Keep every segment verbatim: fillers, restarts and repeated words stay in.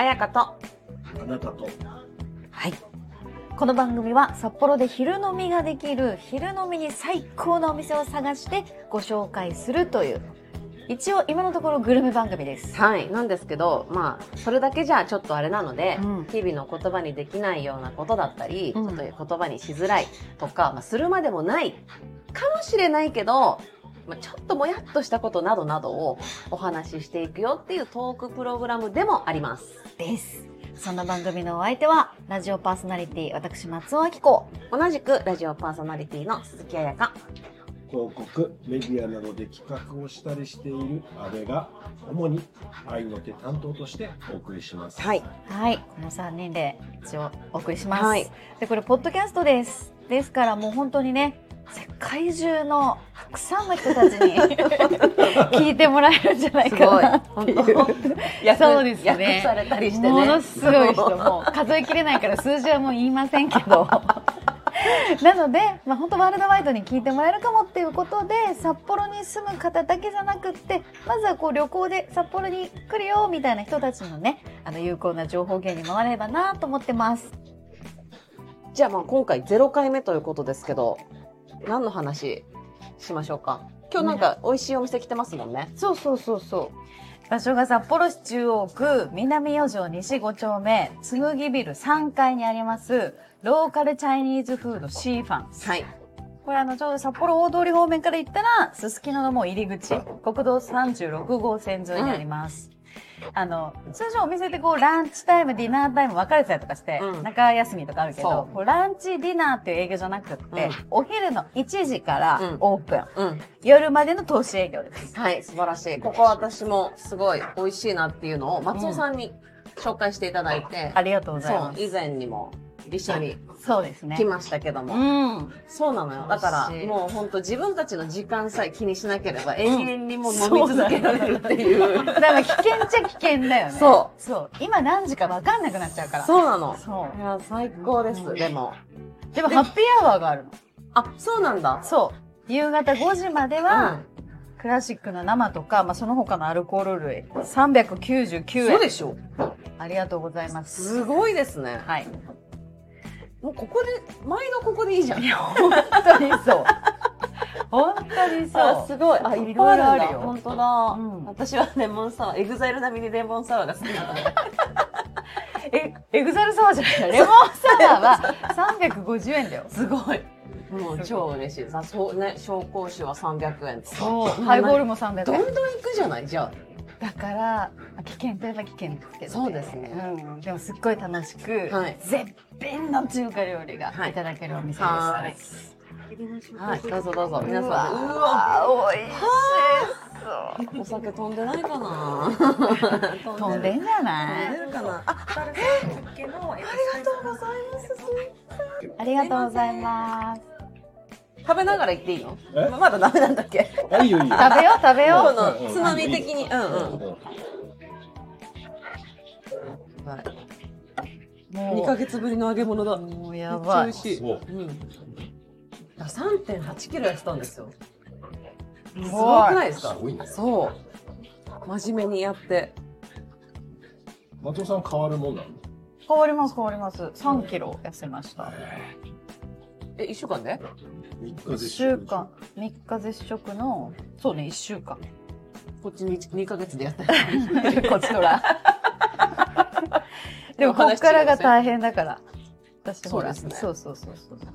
彩香とあなたと。 はい。この番組は札幌で昼飲みができる昼飲みに最高のお店を探してご紹介するという一応今のところグルメ番組です。 はいなんですけど、まあそれだけじゃちょっとあれなので、うん、日々の言葉にできないようなことだったり、うん、ちょっと言葉にしづらいとか、まあ、するまでもないかもしれないけど、まあ、ちょっともやっとしたことなどなどをお話ししていくよっていうトークプログラムでもありますです。そんな番組のお相手はラジオパーソナリティ私松尾明子、 同じくラジオパーソナリティの鈴木彩香、 広告メディアなどで企画をしたりしている阿部が主に愛の手担当としてお送りします。 はい、はい、このさんにんで一応お送りします、はい、でこれポッドキャストですですからもう本当にね世界中のたくさんの人たちに聞いてもらえるんじゃないかなっていう。そうですね。 訳されたりしてね。 ものすごい人も数えきれないから数字はもう言いませんけど。なので、まあ、本当ワールドワイドに聞いてもらえるかもっていうことで札幌に住む方だけじゃなくってまずはこう旅行で札幌に来るよみたいな人たちのねあの有効な情報源に回れればなと思ってます。 じゃあまあ今回ゼロかいめということですけど何の話しましょうか。今日なんか美味しいお店来てますもんね。 そうそうそうそう。場所が札幌市中央区南四条西ご丁目紬ビルさんかいにありますローカルチャイニーズフードシーファン。 はい。 これあのちょうど札幌大通り方面から行ったらすすきののもう入り口国道さんじゅうろくごう線沿いにあります。うんあの通常お店ってこうランチタイムディナータイム分かれてたりとかして、うん、中休みとかあるけどこうランチディナーっていう営業じゃなくって、うん、お昼のいちじからオープン、うん、夜までの投資営業です。 はい素晴らしい。ここ私もすごい美味しいなっていうのを松尾さんに紹介していただいて、 うん、ありがとうございます。 そう以前にも一緒にそうですね来ましたけども、うん、そうなのよ。だからもう本当自分たちの時間さえ気にしなければ永遠にもう飲み続けられるっていう、うん、 だから危険っちゃ危険だよね。 そうそう今何時か分かんなくなっちゃうから。 そうなの。 そういや最高です、うん、でもでもハッピーアワーがあるの。 あそうなんだ。 そう夕方ごじまでは、うんクラシックの生とか、まあ、その他のアルコール類さんびゃくきゅうじゅうきゅうえん。 そうでしょ。 ありがとうございます。 すごいですね。 はい。 もうここで前のここでいいじゃん。 本当にそう。本当にそう。 あすごい。あいろいろあるよ。本当だ、 うん。 私はレモンサワー、エグザイル並みにレモンサワーが好きなので。 えエグザイルサワーじゃない。レモンサワーはさんびゃくごじゅうえんだよ。 すごい。もう超嬉しい。さそうね紹興酒はさんびゃくえんとか。 そう。ハイボールもさんびゃくえん。 どんどん行くじゃないじゃあ。 だから危険といえば危険ですけど、ね、 そうですね、 うん、でもすっごい楽しく、はい、絶品の中華料理がいただけるお店です、はいはい、どうぞどうぞ皆さん。うわ美味しそう。お酒飛んでないかな。 飛んでんじゃない。 飛んでるかな。あ、ありがとうございます。 ありがとうございます。 食べながら言っていいの？まだダメなんだっけ？ いいよいいよ。 食べよう食べよう。 このつまみ的に、うんうん。はい。もうにかげつぶりの揚げ物だ。 もうやばい。 美味しい。うん。さんてんはちキロ痩せたんですよ。すごくないですか？そう。真面目にやって。 松尾さん変わるもんなの？ 変わります変わります。さんキロ痩せました。 えいっしゅうかんで？ みっか絶食。 いっしゅうかんみっか絶食のそうねいっしゅうかん。 こっちににかげつでやった。 こっちとら。でもこっからが大変だから。私ほらそうそうそうそう。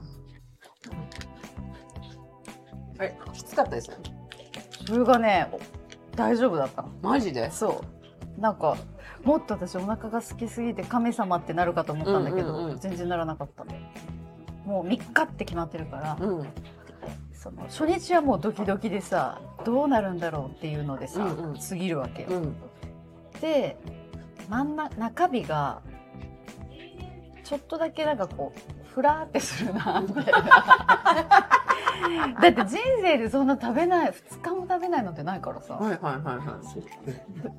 えきつかったですか？ それがね大丈夫だったの。 マジで？ そうなんかもっと私お腹が空きすぎて神様ってなるかと思ったんだけど、うんうんうん、全然ならなかったの。もうみっかって決まってるから、うん、その初日はもうドキドキでさどうなるんだろうっていうのでさ、うんうん、過ぎるわけよ、うん、で真ん中中日がちょっとだけなんかこうふらーってするなみたいなだって人生でそんな食べないふつかも食べないのってないからさ、 はいはいはいはい、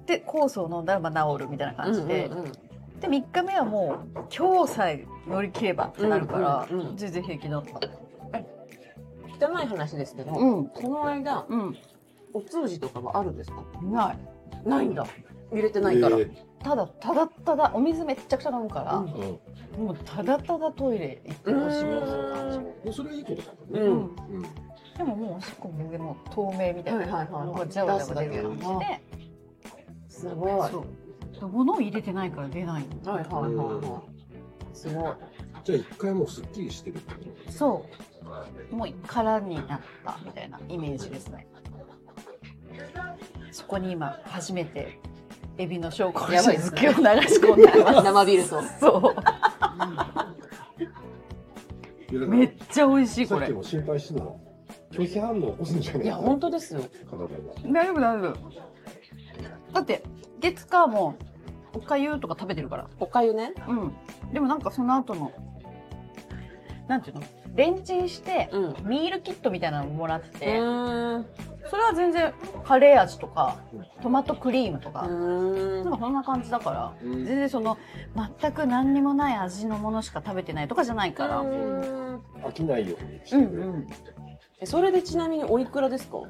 で酵素を飲んだらまあ治るみたいな感じで、うんうんうん、でみっかめはもう今日さえ乗り切ればってなるから、うんうんうん、全然平気だった。 汚い話ですけど、うん、その間、うん、お通じとかはあるんですか？ ない。 ないんだ。入れてないから。えー、 ただただただお水めっちゃくちゃ飲むから、 うんもうただただトイレ行っておしっこする感じ。 それはいいことだね。 うんうんでももうおしっこも上も透明みたいなのがジャワジャワ出る感じで、 すごい。 そう物を入れてないから出ないの。 はいはいはいはい。すごい。 じゃあ一回もうすっきりしてるってこと？ そうもう空になったみたいなイメージですね。そこに今初めてエビの紹興酒漬けを流し込んでます。 生ビールと。 そう。めっちゃ美味しいこれ。 さっきも心配してたの。拒否反応起こすんじゃないか。 いや本当ですよ。 大丈夫大丈夫。だって月火もおかゆとか食べてるから。 おかゆね。 うん。でもなんかその後のなんていうのレンチンして、うん、ミールキットみたいなのもらって。それは全然カレー味とかトマトクリームとかなんかそんな感じだから全然その全く何にもない味のものしか食べてないとかじゃないから飽きないようにしてる、うんうん、 えそれでちなみにおいくらですか？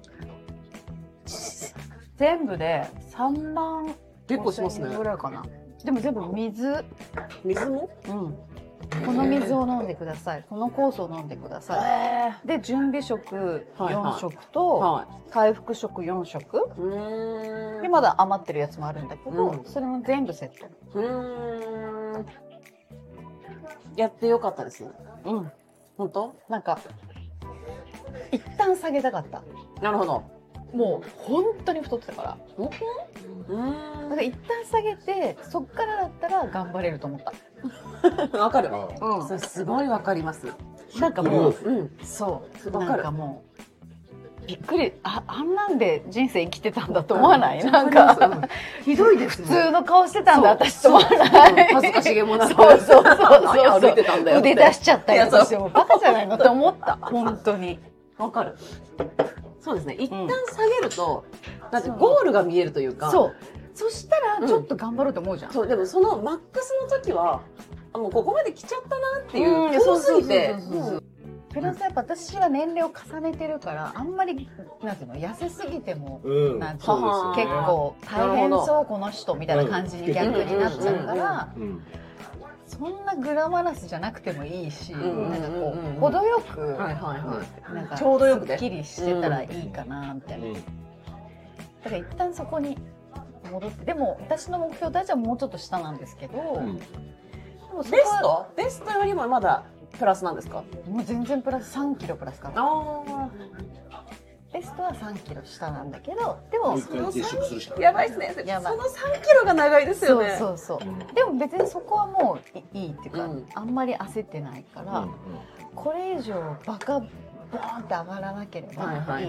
全部でさんまん結構しますねぐらいかな。でも全部水水も？ うんこの水を飲んでください。この酵素を飲んでください。で準備食よん食と、はいはい、回復食よん食でまだ余ってるやつもあるんだけど、うん、それも全部セット。うーんやってよかったですね。 うん本当？ なんか一旦下げたかった。 なるほど。 もう本当に太ってたから。 本当？うん。 だから一旦下げてそっからだったら頑張れると思った。 わかる。 うん。 それすごいわかります。 なんかもう、うん、そう。なんかもうびっくり。あ、あんなんで人生生きてたんだと思わない？なんかひどいです。普通の顔してたんだ私と思わない。 恥ずかしげもなく。 そうそうそうそう。 歩いてたんだよ。 腕出しちゃったりとかしてもバカじゃないのって思った。本当に。 わかる。そうですね。一旦下げると、うん、だってゴールが見えるというか。 そう。そしたらちょっと頑張ろうと思うじゃん。 うん、そうでもそのマックスの時はもうここまで来ちゃったなっていう、うん、遠すぎて。 プラスやっぱ私は年齢を重ねてるからあんまりなんていうの痩せすぎても、 うん、 なんていうの、ね、結構大変そうこの人みたいな感じに逆になっちゃうから。そんなグラマラスじゃなくてもいいし、うんなんかこう程よく、はいはいはい、なんかちょうどよくすっきりしてたらいいかなみたいな。うん、だから一旦そこに戻って、でも私の目標大体はもうちょっと下なんですけど、うん、でもベストベストよりもまだプラスなんですか？ もう全然プラスさんキロプラスかな。あベストはさんキロ下なんだけど、でもそのやばいですね。そのさんキロが長いですよね。 そうそうそう。うん、でも別にそこはもういいっていうか、うん、あんまり焦ってないから、うんうん、これ以上バカボーンって上がらなければいい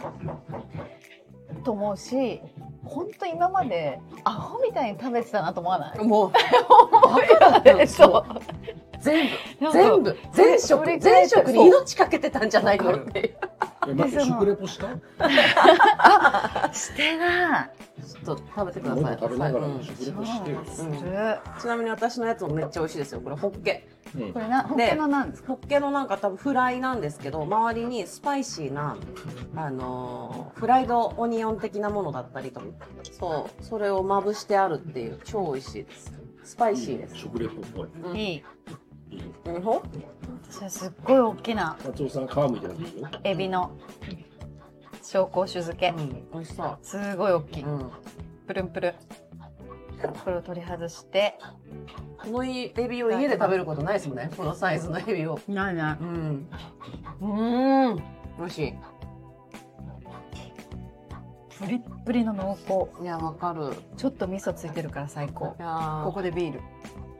と思うし、本当今までアホみたいに食べてたなと思わない？もうそう全部全部全食全食に命かけてたんじゃないのっていう。 え、待って、食レポした？ してない。 ちょっと食べてください。 食べながら食レポしてよ。 ちなみに私のやつもめっちゃ美味しいですよ。これホッケ。 これなホッケのなんですか？ ホッケのなんか多分フライなんですけど、周りにスパイシーなあのフライドオニオン的なものだったりとか、そうそれをまぶしてあるっていう超美味しいです。スパイシーです。 食レポっぽい。 いい。 日本？ 私はすっごい大きな松尾さん皮むいてるんですよ。 エビの紹興酒漬け、うん、 美味しそう。 すごい大きい、うん、プルンプルン。これを取り外して、 このエビを家で食べることないですもんね。このサイズのエビを。 ないない。 うん。うん。美味しい。 プリップリの濃厚。 いやわかる。 ちょっと味噌ついてるから最高。ここでビール。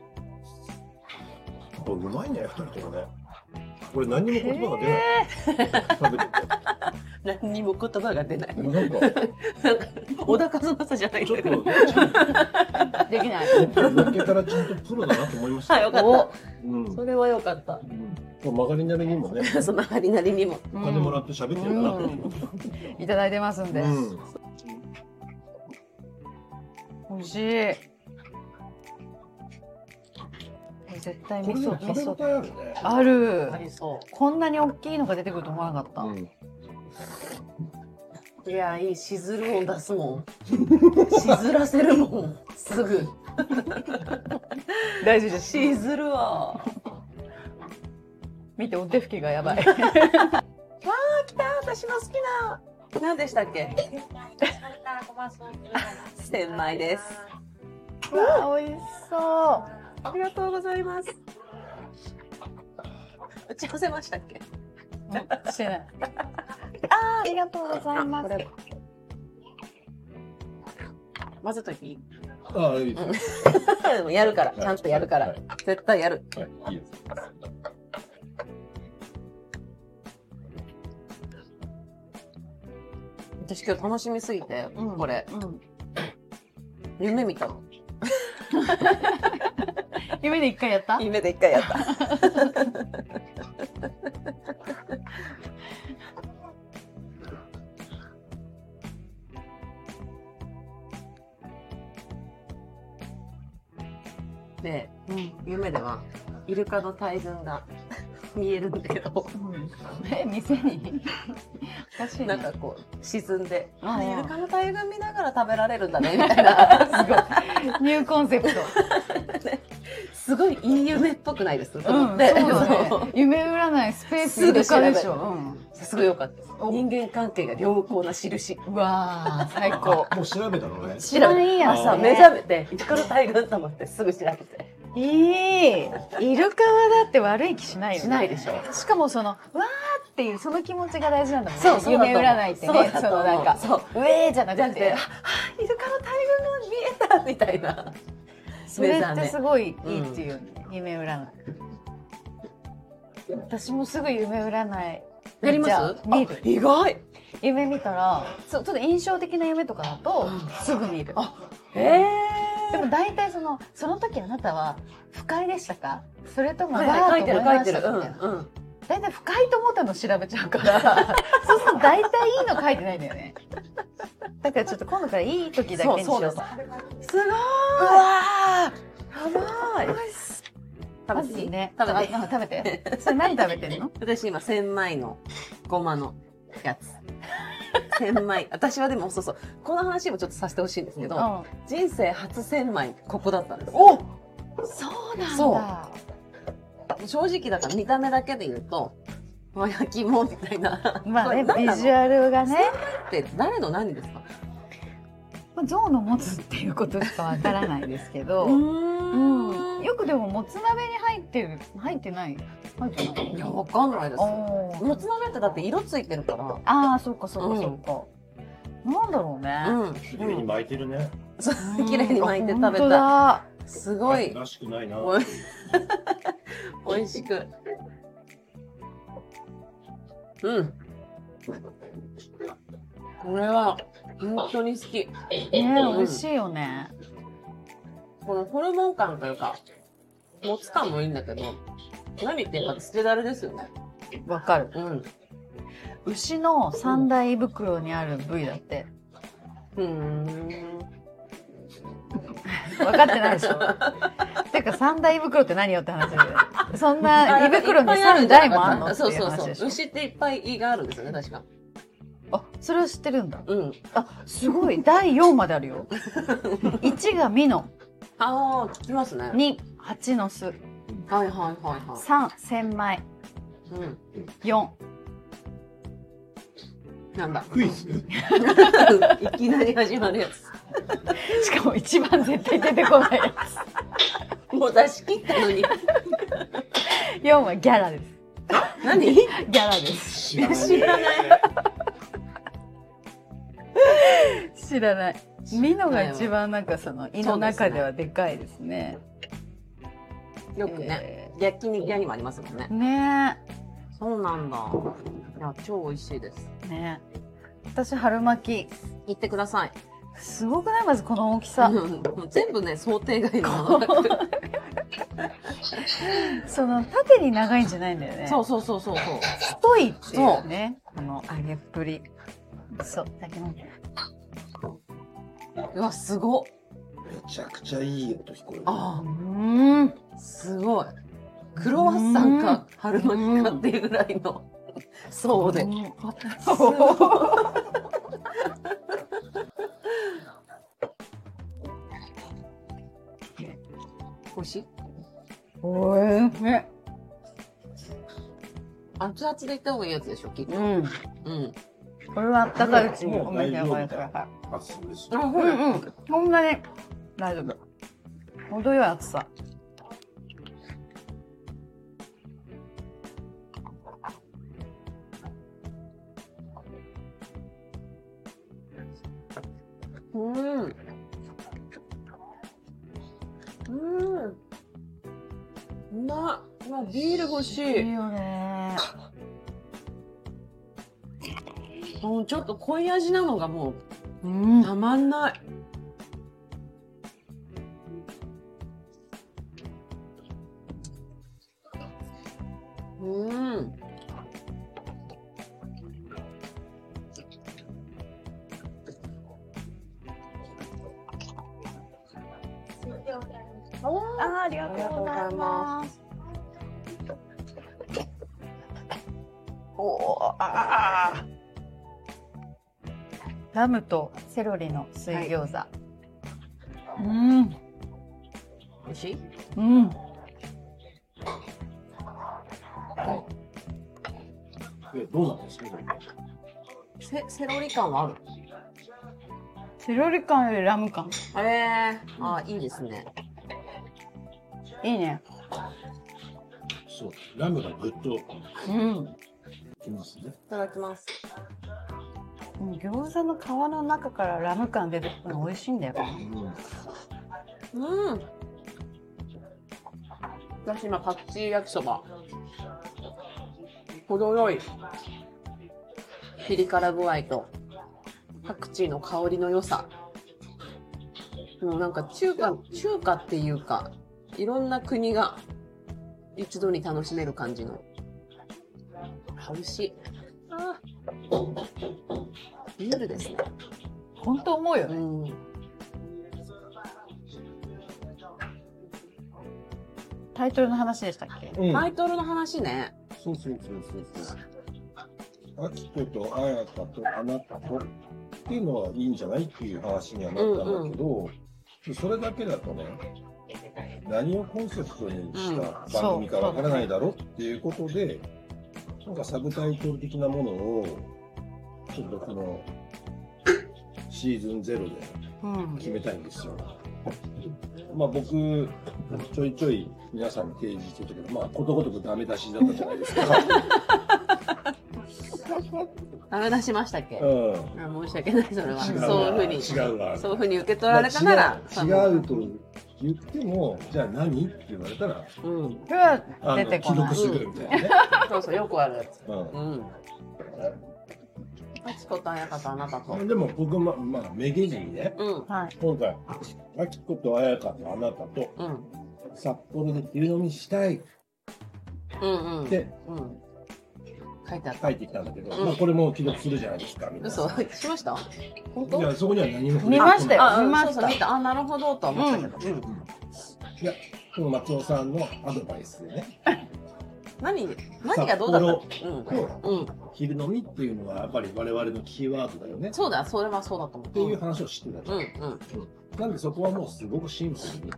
うまいねふたりともね。これ何にも言葉が出ない。食べてて。 何にも言葉が出ない。 なんか小田和正じゃない。 ちょっとできない。 抜けたらちゃんとプロだなと思いました。 はい、よかった。うん、それはよかった。 うん、曲がりなりにもね。 その曲がりなりにも。 お金もらって喋ってるから。うんいただいてますんで。うん、美味しい。絶対味噌、味噌あるね。 ある。 ありそう。 こんなに大きいのが出てくると思わなかった。うん、 いやいいしずるを出すもん。しずらせるもん。すぐ。 大事です。 しずるわ。 見て、お手拭きがやばい。わー、来た、私の好きな。何でしたっけ？千枚です。 わあ、美味しそう。 ありがとうございます。打ち合わせましたっけ？ してない。あ、ありがとうございます。 混ぜといていい？ ああ、いいです。 やるから、ちゃんとやるから、絶対やる。 はい、いいです。 私今日楽しみすぎて、うん、これ、うん、夢見たの。 夢で一回やった？ 夢で一回やった。で、うん、夢ではイルカの大群が見えるんだけど、 うん、え、店になんかこう沈んで、あ、イルカの大群見ながら食べられるんだねみたいな、すごいニューコンセプト。 すごいいい夢っぽくないです？ うん、そうだね。夢占いスペースイルカでしょ。うん、 すごい良かった。人間関係が良好な印。 うわー、最高。 もう調べたのね。 知らんや朝目覚めてイルカの大群と思ってすぐ調べて。 いい。イルカはだって悪い気しないよね。 しないでしょ。 しかもそのわーっていうその気持ちが大事なんだもんね。 そうそう。 夢占いってね、そのなんかそううえーじゃなくて、 あ、イルカの大群が見えたみたいな。 それってすごいいいっていう、ね、うん、夢占い。私もすぐ夢占いやります？ 見る。 意外。 夢見たらちょっと印象的な夢とかだと、うん、すぐ見る。 あ、へえ。 でも大体そのその時あなたは不快でしたか？それともわーっと思いましたかみたいな。 大体不快と思ったの調べちゃうからそうすると大体いいの書いてないんだよね。だからちょっと今度からいい時だけにしよう。 そうそうです。すごい。うわー、やばい。 まずね、食べて、食べて。それ何食べてんの？ 私今千枚のごまのやつ。千枚。私はでもそうそう。この話もちょっとさせてほしいんですけど、うん、人生初千枚ここだったんです。 お、そうなんだ。 そう。正直だから見た目だけで言うと、焼き芋みたいな。 まあね、ビジュアルがね。 って誰の何ですか？ 象のもつっていうことしかわからないですけど、うん、よくでももつ鍋に入ってる、入ってない、入ってない。 いや、わかんないです。もつ鍋ってだって色ついてるから。 ああ、そうかそうかそうか。うん、なんだろうね。 うん、綺麗に巻いてるね。 綺麗に巻いて食べた。すごい。 らしくないな。 美味しく。うん。これは本当に好き。 ね、美味しいよね。 このホルモン感というか、もつ感もいいんだけど、何ってやっぱつけだれですよね。 わかる。 うん。 牛の三大胃袋にある部位だって。 うん。 分かってないでしょ。てか三大胃袋って何よって話で。そんな胃袋に三大もあんのっていう話でしょ。 そうそうそう。牛っていっぱい胃があるんですよね、確か。 あ、それは知ってるんだ。 うん。 あ、すごい。だいよんまであるよ。いちがミノ。 ああ、聞きますね。 に、蜂の巣。 はいはいはいはい。 さん、千枚。 うん。 よん。 なんだ。 クイズいきなり始まるやつ。しかも一番絶対出てこないやつ。もう出し切ったのに。 よんはギャラです。 何？ ギャラです。 知らない。 知らない。ミノが一番なんかその胃の中ではでかいですね。 よくね、焼き肉屋にもありますもんね。 ねえ。 そうなんだ。いや、超美味しいです。 ね。私春巻き行ってください。 すごくない？まずこの大きさ。 全部ね、想定外の。 その縦に長いんじゃないんだよね。 そうそうそうそうそう。 太いっていうね。この揚げっぷり。そう、だけど。 うわ、すごっ。 めちゃくちゃいい音聞こえる。 ああ、うん、すごい。クロワッサンか春巻きかっていうぐらいのそうで。 熱でいった方がいいやつでしょ、きっと。 うん。 うん。 これはあったかいうちにもうお召し大丈夫だ上がりください。 発想です。 あ、ほら。 うんうん。こんなに大丈夫。程よい熱さ。 うん。うん。うまっ。うわ、ビール欲しい。 いいよね。 もうちょっと濃い味なのがもううんたまんない。うん。 あ、ありがとうございます。おー、あーラムとセロリの水餃子。うん。 美味しい？ うん。 え、どうなんですか？ セセロリ感はある？ セロリ感よりラム感。 ええー、あ、いいですね。 いいね。 そう、ラムがぐっとうん。 きますね。 いただきます。 餃子の皮の中からラム感出てくるの美味しいんだよ。 うん。 うん。私今パクチー焼きそば。程よいピリ辛具合とパクチーの香りの良さ。もうなんか中華中華っていうかいろんな国が一度に楽しめる感じの。あ、美味しい。あー、ビールですね。 本当思うよね。 うん。 タイトルの話でしたっけ？ うん。 タイトルの話ね。 そうそうそうそうそう。アキコとアヤカとあなたとっていうのはいいんじゃないっていう話にはなったんだけど、それだけだとね、何をコンセプトにした番組かわからないだろっていうことで、なんかサブタイトル的なものをちょっとこのシーズンゼロでうん。 決めたいんですよ。まあ僕ちょいちょい皆さんに提示してたけど、まあことごとくダメ出しだったじゃないですか。 ダメ出しましたっけ？ うん。 あ、申し訳ない、それは。 違うわそういうふうに。 違うわそういうふうに受け取られたなら。 まあ違う違うと言っても、じゃあ何って言われたら、 うん。 それはあの出てこない。 既読するみたいなね。 そうそう、よくあるやつ。 ううん。あきことあやかとあなたと。 ん、でも僕も、まあ、めげずにね、 うん。 はい。 今回、あきことあやかとあなたとうん。 札幌で昼飲みしたいっうんうん。 てうん。書いてあった。 書いてきたんだけど、 うんまあこれも既読するじゃないですか、みんな。 嘘しました本当いや、そこには何も触れ見ましたよあ、うん見ましたそうそう、見た。あ、なるほど、とは思ったけど。うん。 いや、この松尾さんのアドバイスでね、 何、何がどうだった札うん。 とうん。 昼飲みっていうのはやっぱり我々のキーワードだよね。 そうだ、それはそうだと思う。 っていう話をしてたじゃん。 うん、うん。 なんでそこはもうすごくシンプルに。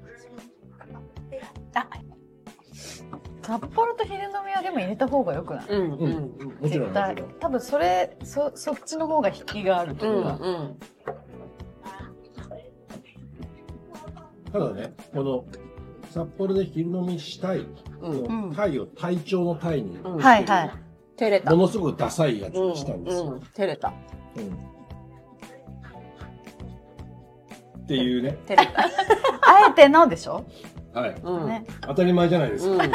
札幌と昼飲みはでも入れた方がよくない？ うん、うん。うん。 もちろんもち絶ろ対ん。 多分それそそっちの方が引きがあるとう、 いうんか、 うん。 ただね、この札幌で昼飲みしたいうん。 のタイを体調のタイに、 うん。 はいはい。 照れた。 ものすごくダサいやつうん、 にしたんですよ。 うん。照れた。 うんっていうね。 照れた。 あえてのでしょ？ はい。 うん。 ね。 当たり前じゃないですか。 うん。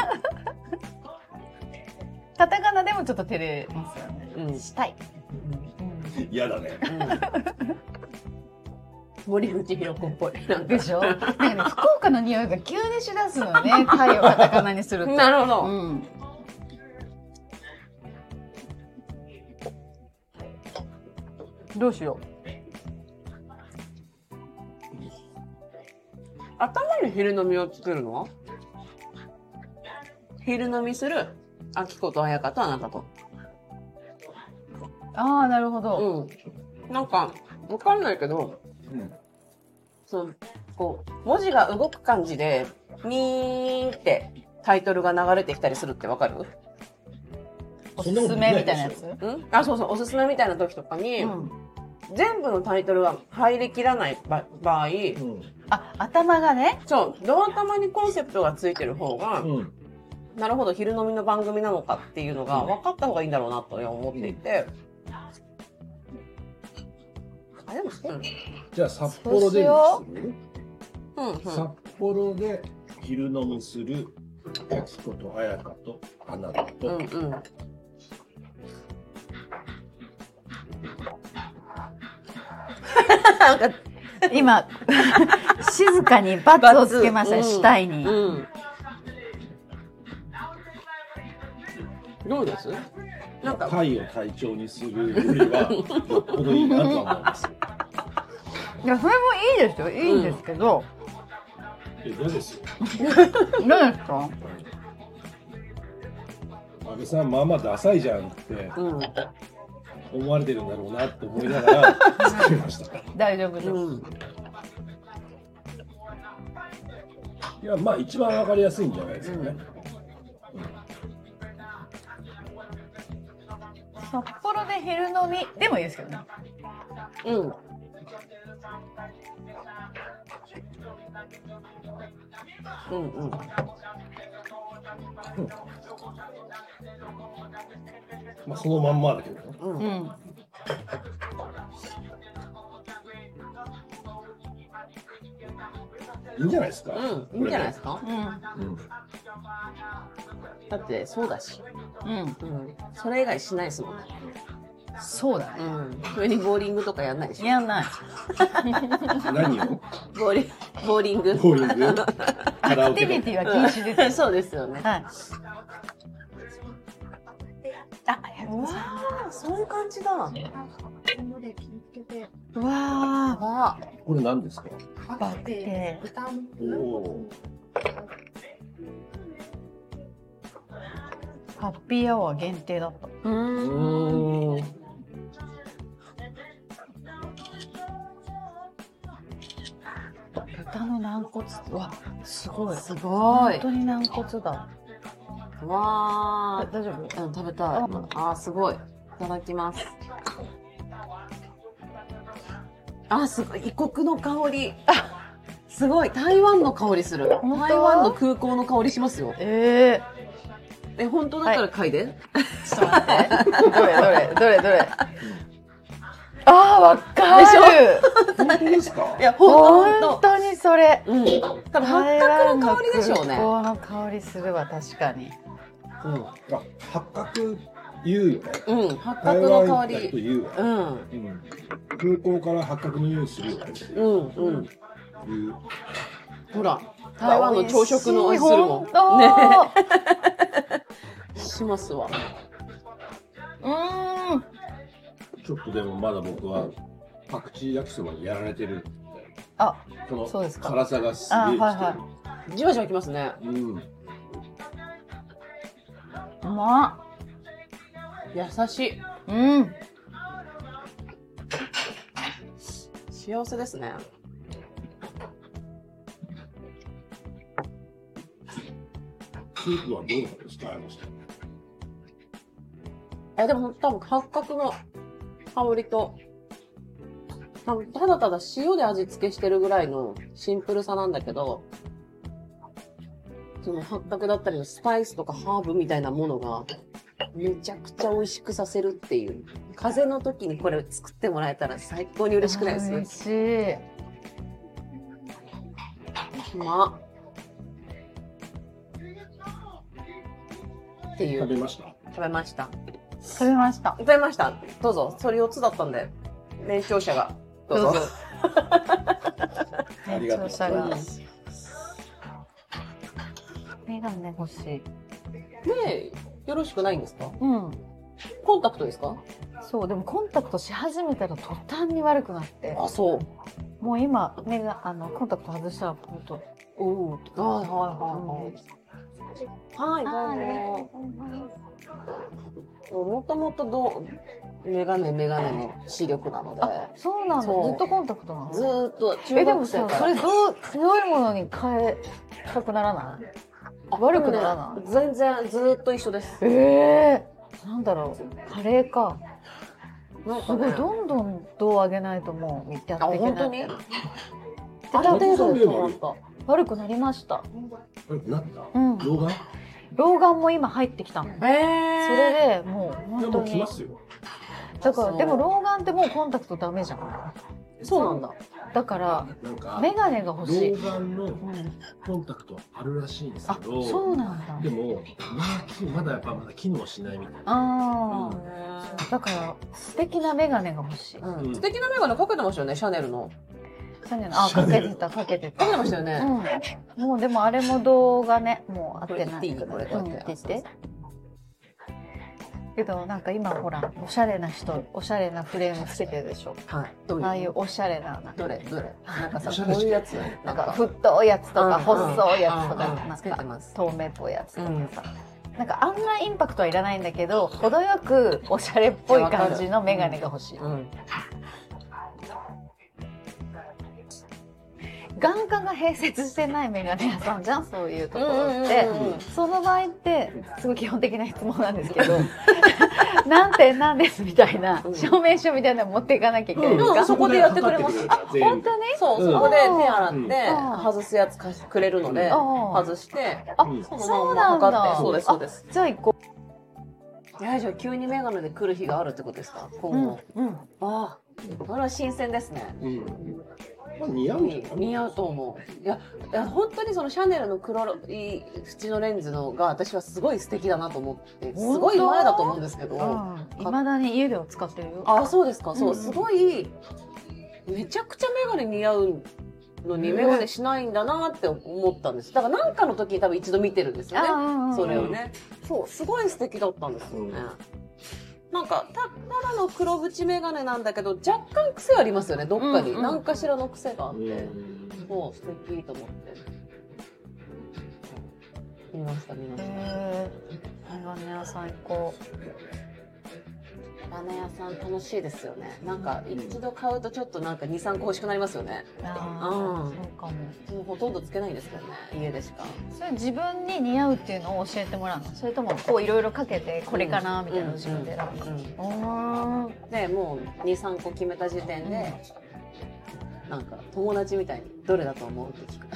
カタカナでもちょっと照れますよね。 うんしたい。 嫌だね。 森口博子っぽい。なんかでしょ？なんかね、福岡の匂いが急にしだすのね。タイをカタカナにすると。 なるほど。 うん。どうしよ頭に昼飲みを作るの？昼飲みするあきことあやかとあなたと。 う。ああ、なるほど。 うん。なんか、わかんないけど、 うん。 そう、こう、文字が動く感じで、ミーンってタイトルが流れてきたりするってわかる？ おすすめみたいなやつ？ うんあ、そうそう、おすすめみたいな時とかに、うん、全部のタイトルが入りきらない場合、うん、 あ、頭がね。 そう、ドア頭にコンセプトがついてる方が、うん、なるほど、昼飲みの番組なのかっていうのが分かった方がいいんだろうなと思っていて。 あ、でも、うん、 じゃあ札幌で、うんうん、札幌で昼飲みするやきことあやかとあなたと、うんうん、 今静かにバツをつけました、死体に、うんうん、 どうです？ なんかパイを隊長にするよりはよっぽどいいなと思います。 いや、それもいいですよ、いいんですけど、 うん、え、嫌ですよ。 何ですか？ 安倍さん、まあまあダサいじゃんって思われてるんだろうなって思いながら作りました。 大丈夫です、うん、 いや、まあ一番わかりやすいんじゃないですかね、うんうん、 札幌で昼飲みでもいいですけどね。うんうんうん、うん、 まあそのまんまだけどね、うんうん、いいんじゃないですか、 うん、いいんじゃないですか、うんうん、だってそうだし、うんうん、それ以外しないですもんね。 そうだね、 うん、それにボーリングとかやんないでしょ。 やんない何をボーリボーリングボーリングアクティビティは禁止ですそうですよね、はい、 あ、 うわー、そういう感じだ。うわー、これ何ですか？ バテーハッピーアワー限定だった。うーん。豚の軟骨、わ、すごい。 すごい。 本当に軟骨だ。 わー。 大丈夫？ うん、食べたい。あー、すごい。いただきます。あ、すごい。異国の香り。あ、すごい。台湾の香りする。台湾の空港の香りしますよ。 えー。 え、本当だったら嗅いで。はい、 ちょっと待って。どれどれどれどれ。ああ、わかる。 本当ですか？ いや、本当。本当にそれ。 うん。多分八角の香りでしょうね。 空港の香りするわ、確かに。 うん。あ、八角言うよね。 うん。八角の香り。 言うわ。うん。うん。空港から八角の匂いするよね。うんうん。言う。 ほら。台湾の朝食の味するもん。ね。しますわ。 うん。 ちょっとでもまだ僕はパクチー焼きそばにやられてる。 あ、 このそうですか。 辛さがすげえきてる。はいはい、じわじわきますね。うん。 うまっ。 優しい。 うん。 幸せですね。 スープはどうなんですか？ え、でも多分八角の香りと、ただただ塩で味付けしてるぐらいのシンプルさなんだけど、その八角だったりのスパイスとかハーブみたいなものがめちゃくちゃ美味しくさせるっていう。風邪の時にこれ作ってもらえたら最高に嬉しくないです？ 嬉しい。 うまっ。っていう。 食べました？ 食べました。 食べました。 食べました。どうぞ。それよっつだったんで、年長者がどうぞ。どうぞありがとうございます。 メガネ欲しい。 ねえ、よろしくないんですか？ うん。 コンタクトですか？ そう、でもコンタクトし始めたら途端に悪くなって。 あ、そう。 もう今目があのコンタクト外したら本当。 おお。はいはいはいはい。はい、どうぞ。もともとどうメガネメガネの視力なので。 そうなんだ。ずっとコンタクトなの？ ずっと中学生から。 え、でもさ、それどう強いものに変えたくならない？悪くならない？ 全然ずっと一緒です。 ええー。 なんだろう、カレーか。 なんか、ね、 すごいどんどん度を上げないともうやっていけない。 あ、本当に？ ある程度ですか？悪くなりました。 悪くなった？ うん。 老眼？ 老眼も今入ってきたの。へえ。 それでもう本当に。 来ますよ。 だからでも老眼ってもうコンタクトダメじゃん。 そうなんだ。 だからメガネが欲しい。 老眼のコンタクトあるらしいんですけど、 あ、そうなんだ。 でもまだやっぱまだ機能しないみたいな。 ああ、だから素敵なメガネが欲しい。 うん、素敵なメガネかけてましたよね、シャネルの。 シャネル、あ、かけてたかけてた。 かけてましたよね。 うん、もうでもあれも動画ね、もう合ってない。 これこれって言って。けどなんか今ほらおしゃれな人おしゃれなフレームつけてるでしょ。 はい。どういうああいうおしゃれなどれどれなんかさこういうやつなんか太いやつとか細いやつとかつけてます。 透明っぽいやつとかさ。なんかあんなインパクトはいらないんだけど程よくおしゃれっぽい感じのメガネが欲しい。眼科が併設してないメガネ屋さんじゃん、そういうところって。その場合ってすごい基本的な質問なんですけど何点なんですみたいな証明書みたいなの持っていかなきゃいけないんですか？ そこでやってくれます。 あ、本当に？ そう、そこで手洗って外すやつ貸してくれるので外して、 あ、そうなんだ。 そうですそうです。 じゃあ行こう。いや、じゃあ急にメガネで来る日があるってことですか？今後。ああ、これは新鮮ですね。 似合う似合うと思う。いや、いや本当にそのシャネルの黒い縁のレンズのが私はすごい素敵だなと思って、すごい前だと思うんですけど、 いまだに家では使ってるよ。 あ、そうですか。そう、すごいめちゃくちゃメガネ似合うのにメガネしないんだなって思ったんです。だからなんかの時に多分一度見てるんですよね。それをね。そう、すごい素敵だったんですよね。なんかたただの黒縁眼鏡なんだけど若干癖ありますよね、どっかに、うんうん、何かしらの癖があって、もう素敵と思って見ました見ました。 メガネ屋さん行こう。 メガネ屋さん楽しいですよね。なんか一度買うとちょっとなんかに、さんこ欲しくなりますよね。 ああ、うん、そうかも。 もうほとんどつけないんですけどね、家でしか。 それ自分に似合うっていうのを教えてもらうの？それともこういろいろかけてこれかなみたいなのを自分で選ぶの？ でもうに、さんこ決めた時点で、うん、なんか友達みたいにどれだと思うって聞く。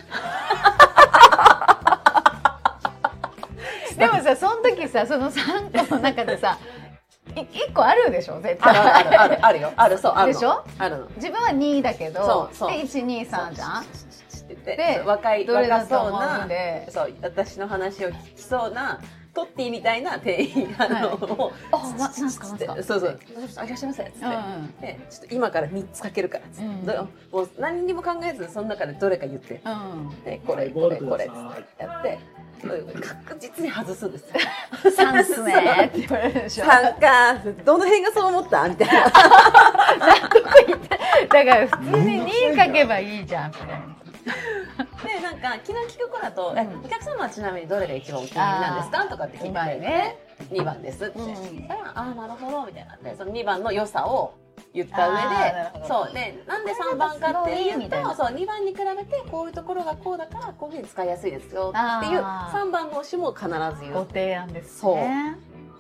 でもさ、その時さ、そのさんこの中でさいっこあるでしょ絶対。 あるあるあるよ、ある、そうあるでしょ。 あるの。 自分はにだけど、 そうそうでいち、に、さんじゃん。 で若い若そうな、そう私の話を聞きそうなトッティみたいな店員あのを、 あ、なんすかなんすか。 そうそう。あ、いらっしゃいませっつって、でちょっと今からみっつかけるからっつって、もう何にも考えずその中でどれか言って、でこれこれこれってやって。確実に外すんですよ。 さんっすねって言われるでしょ。 さんか、どの辺がそう思ったみたいな。 納得いって。だから普通にに書けばいいじゃんみたいな。 で、なんか昨日聞く子だと、え、お客様はちなみにどれが一番お気に入りなんですかとかって聞いてね、にばんですって。ああ、なるほどみたいなで、そのにばんの良さを言った上で、そうで、なんでさんばんかっていうと、そうにばんに比べてこういうところがこうだからこういうふうに使いやすいですよっていうさんばんの推しも必ず言う。 ご提案ですね。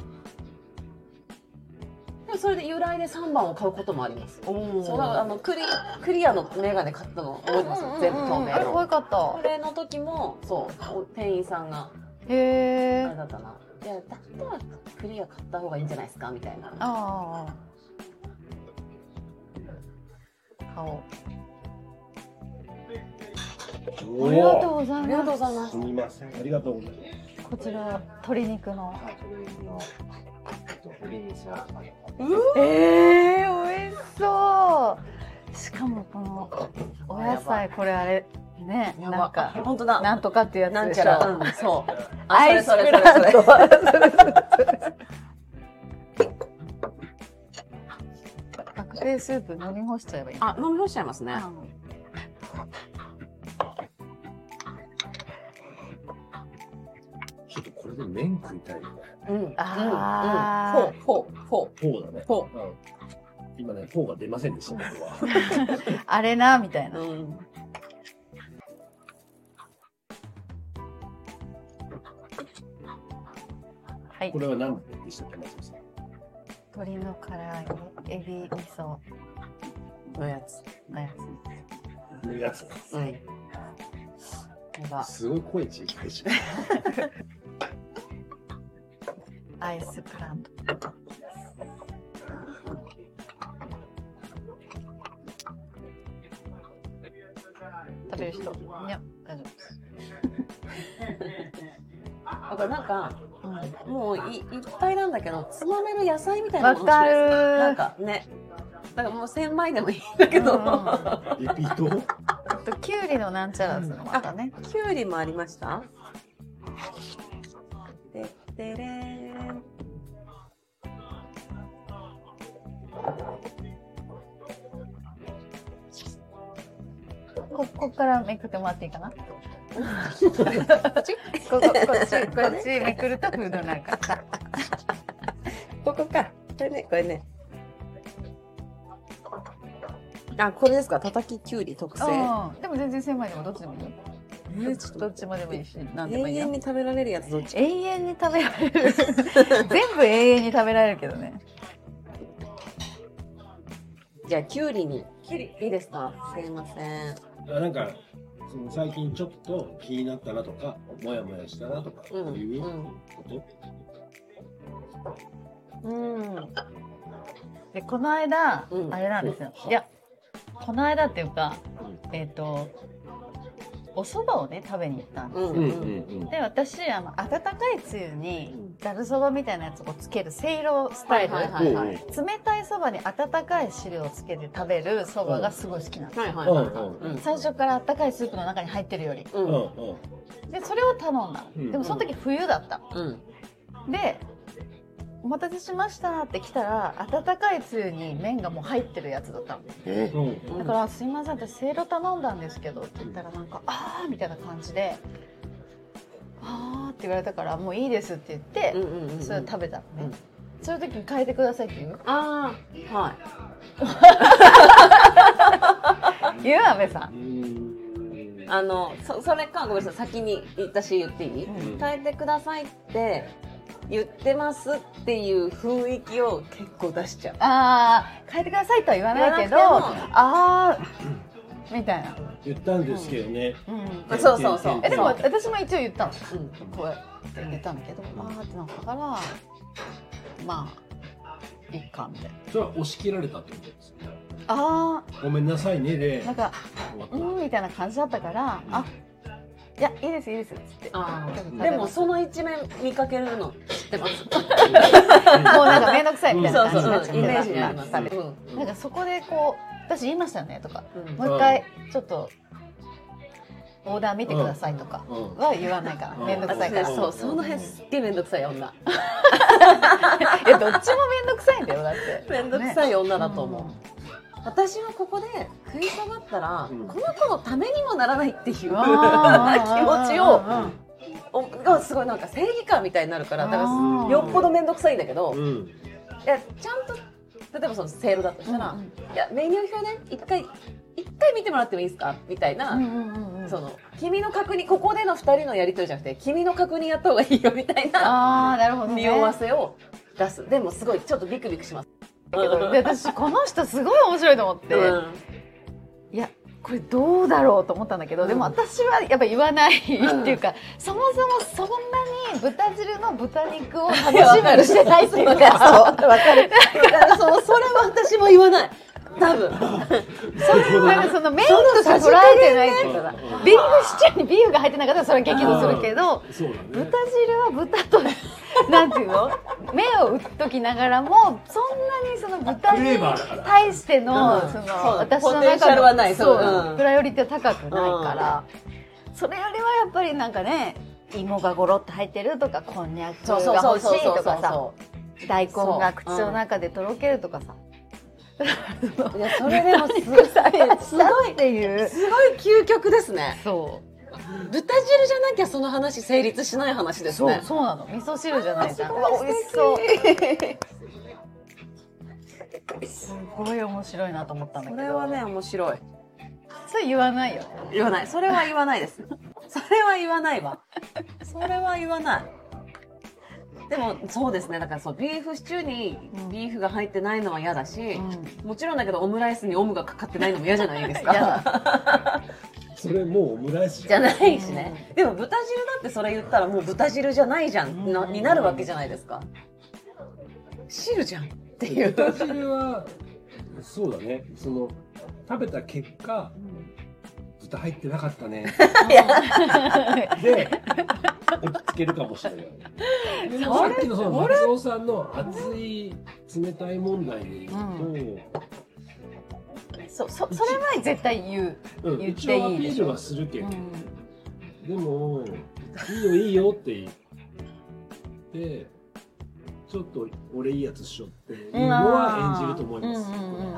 でもそれで由来でさんばんを買うこともあります。そうだ、あのクリクリアのメガネ買ったの覚えてます？全部透明の。 可愛かった。 これの時もそう店員さんがへえ。 あれだったな。いやだったらクリア買った方がいいんじゃないですかみたいな。ああ。顔。ありがとうございます。 ありがとうございます。 すみません。ありがとうございます。 こちら鶏肉の。 鶏肉の。鶏肉の。 ええー、美味しそう。しかもこのお野菜これあれね、なんか本当だ。 なんとかっていうやつでしょ。 なんちゃら、うん、そう。 アイスクランド。確定スープ飲み干しちゃえばいい。 あ、飲み干しちゃいますね。 ちょっとこれで麺食いたいよね。 うん。 ああ。 フォー、フォー、フォー。 フォーだね。 フォー。 今ね、フォーが出ませんでした、僕は。 あれな、みたいな。はい。 これは何でしたっけ、松本さん。 鶏の唐揚げ、エビ味噌のやつ。 のやつ。 のやつ。 うん。やば。 すごい声小さいし。 アイスプラント。食べる人。いや、大丈夫です。 だからなんか、うん、もう い, いっぱいなんだけど、つまめる野菜みたいなのわかるー。 なんかね。だからもう千枚でもいいんだけど。 リピート。 あときゅうりのなんちゃらですのまたね。 きゅうりもありました。でってれーん。 ここからめくってもらっていいかな。こここっちこっちめくるとフードになるから。 ここか。これねこれね。あ、これですか。叩ききゅうり特製。 でも全然狭いでもどっちでもいいよ。えー、ちょっとどっちもでもいいし、なんでもいいよ。 永遠に食べられるやつどっち？ 永遠に食べられる。全部永遠に食べられるけどね。 じゃあきゅうりにきゅうりいいですか？すいません。 なんかその最近ちょっと気になったなとか、もやもやしたなとかいうこと？ うん。うん、でこの間、うん、あれなんですよ。いや。この間っていうか、えっと、お蕎麦をね食べに行ったんですよ。うんうんうん、で私あの温かいつゆにざるそばみたいなやつをつけるせいろスタイル、はいはいはいはい、冷たいそばに温かい汁をつけて食べるそばがすごい好きなんですよ。最初から温かいスープの中に入ってるより。うん、でそれを頼んだ。でもその時冬だった。うん、でお待たせしましたって来たら温かいつゆに麺がもう入ってるやつだったの、えー、だからすいません私せいろ頼んだんですけどって言ったらなんかあーみたいな感じであーって言われたからもういいですって言ってそれ食べたのね、うん、そういう時に変えてくださいって言う？あーはい言う阿部さん。 あの そ, それかごめんなさい先に私言っていい、うん、変えてくださいって言ってますっていう雰囲気を結構出しちゃう。 ああ、変えてくださいとは言わないけど、ああみたいな。 言ったんですけどね。 うん、そうそうそう。 えでも私も一応言ったの。うん、こうやって言ったんだけど、ああってなったから、まあいいかみたいな。 それは押し切られたってことですね。 ああ、 ごめんなさいねで。 なんかうんみたいな感じだったから、うん、あ。いや、いいですいいですっつって。あでもその一面見かけるの知ってます。 もうなんか面倒くさいみたいな感じになっちゃって、 イメージにあります。 なんかそこでこう私言いましたよねとか、もう一回ちょっとオーダー見てくださいとかは言わないから、面倒くさいから。 そう、その辺すっげえ面倒くさい女。いやどっちも面倒くさいんだよだって。 面倒くさい女だと思う。私はここで食い下がったら、うん、この子のためにもならないっていう気持ちをがすごいなんか正義感みたいになるから、だからよっぽど面倒くさいんだけど、うん、いやちゃんと例えばそのせいろだとしたら、うんうん、いやメニュー表ね一回一回見てもらってもいいですかみたいな、うんうんうん、その君の確認ここでのふたりのやり取りじゃなくて君の確認やった方がいいよみたいな、あーなるほどね、匂わせを出す。でもすごいちょっとビクビクします。 で私この人すごい面白いと思って、うん、いやこれどうだろうと思ったんだけど、うん、でも私はやっぱ言わない、うん、っていうかそもそもそんなに豚汁の豚肉を楽しみにしてないっていうかそうわかるそうそれは私も言わない多分そうなんかそのメインとして捉えてないっていうか、ビーフシチューにビーフが入ってなかったらそれは激怒するけど、ね、豚汁は豚となんていうの目を打っときながらもそんなにその豚に対しての、うん、その私の中のないそう、うん、プライオリティは高くないから、うん、それよりはやっぱりなんかね芋がゴロッと入ってるとかこんにゃくが欲しいとかさ大根が口の中でとろけるとかさ、 いやそれでもすごいすごいっていうすごい究極ですね。 そう豚汁じゃなきゃその話成立しない話ですね。 そうそうなの。味噌汁じゃないじゃん。うわ美味しそう。すごい面白いなと思ったんだけど。 それはね面白い。 それ言わないよ。 言わない。それは言わないです。それは言わないわ。それは言わない。 でもそうですね、だからそうビーフシチューにビーフが入ってないのは嫌だし、うん、もちろんだけどオムライスにオムがかかってないのも嫌じゃないですか。 それもうオムライスじゃないしね、うん、でも豚汁だってそれ言ったらもう豚汁じゃないじゃん、うん、になるわけじゃないですか。汁じゃんっていう。 豚汁はそうだね、その食べた結果、うん、豚入ってなかったねで落ち着けるかもしれない。でもさっきのその松尾さんの熱い冷たい問題で言うと、うん、 そ, そ, それは絶対言う、 うん、 言っていい一応アピールはするけど、うん、でもいいよいいよって言ってちょっと俺いいやつしよっていうのは演じると思います。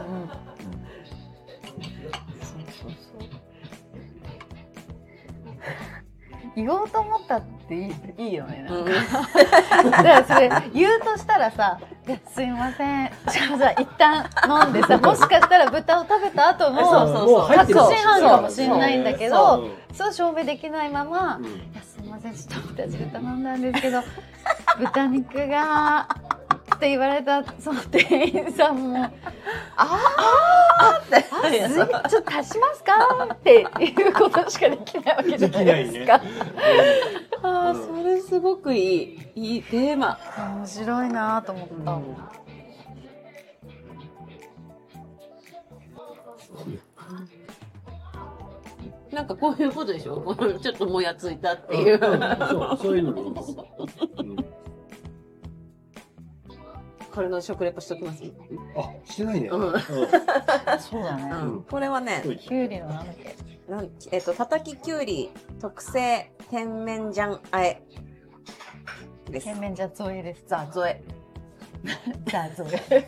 言おうと思ったってい い, いいよね。なんか、うん、だからそれ言うとしたらさ、すいません、じゃあさ一旦飲んでさ、もしかしたら豚を食べた後の確信犯かもしれないんだけど、そう証明できないまま、うん、いやすいません、ちょっと豚汁頼んだんですけど豚肉がって言われたその店員さんもああってちょっと足しますかっていうことしかできないわけじゃないですか。 ああ、それすごくいいいいテーマ。 面白いなと思った。うん、 なんかこういうことでしょ。ちょっともやついたっていう。 そうそういうのもいいです。 これの食レポしときます。 あ、してないね。うん、 そうだね、 うん。これはね、 きゅうりのなんだっけ。 なんえっとたたききゅうり特製甜麺醤あえです。 甜麺醤添えです。 ザ添え。 ザ添え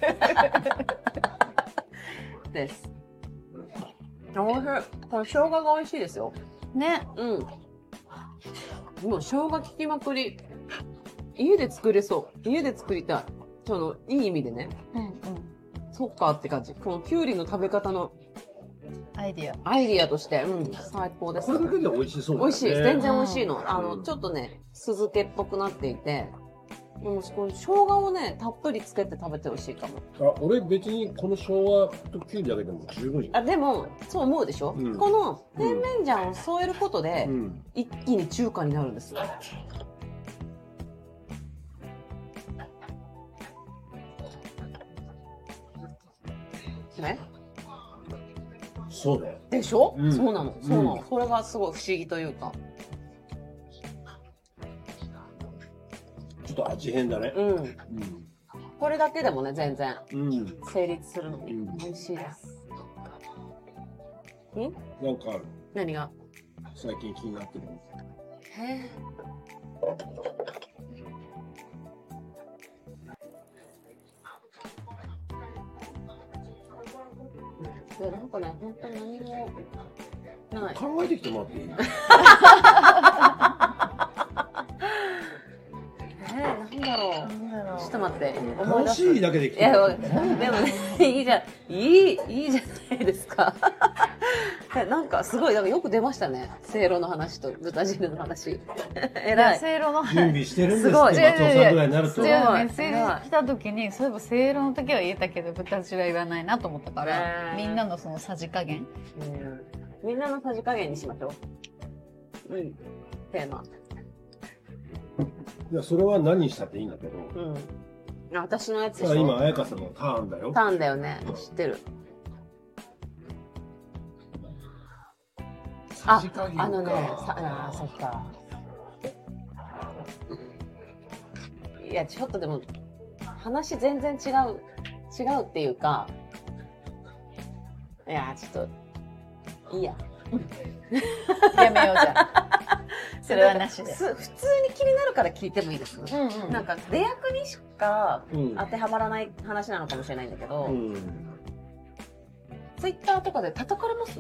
です。おいしい。これ生姜が美味しいですよ。 ね。 うん。もう生姜効きまくり。家で作れそう。家で作りたい。そのいい意味でね。うんうん。そっかって感じ。このきゅうりの食べ方のアイディア。 アイディアとして、うん、最高です。 これだけで美味しそうだね。 美味しい。全然美味しいの。あの、ちょっとね、酢漬けっぽくなっていて、もうこの生姜をね、たっぷりつけて食べてほしいかも。 あ、俺別にこの生姜ときゅうりだけでも十分よ。 あ、でも、そう思うでしょ、うん、この甜麺醤を添えることで、うん、一気に中華になるんですよ。ね。 そうだよ。 でしょ、うん、そうなの。そうなの、うん。それがすごい不思議というか。 ちょっと味変だね。 うん。うん、これだけでもね、全然、成立するので、うん、美味しいです。 ん？なんかある？ 何が？ 最近気になってるの。 へえ。いや、なんかね、本当に何もない。 考えてきてもらっていい？ えー、なんだろう。なんだろう。ちょっと待って。 楽しいだけできて。 いや、でもね、いいじゃん、いい、いいじゃないですか。なんかすごい、なんかよく出ましたね。せいろの話と豚汁の話。えらい。 せいろの話。 準備してるんですって、松尾さんぐらいになると。 メッセージ来た時に、そういえばせいろの時は言えたけど、豚汁は言わないなと思ったから、みんなのそのさじ加減。 うん、みんなのさじ加減にしましょう。うん。テーマ。 いや、それは何にしたっていいんだけど。 うん。私のやつでしょ。 今、彩香さんのターンだよ。 ターンだよね。知ってる。あ、あのね、さあ、そっか。いや、ちょっとでも、話全然違う、違うっていうか、いや、ちょっと、いいや。 やめようじゃあ。それはなしで。 普通に気になるから聞いてもいいですか、うんうん、なんか、出役にしか当てはまらない話なのかもしれないんだけど、うん、ツイッターとかで叩かれます？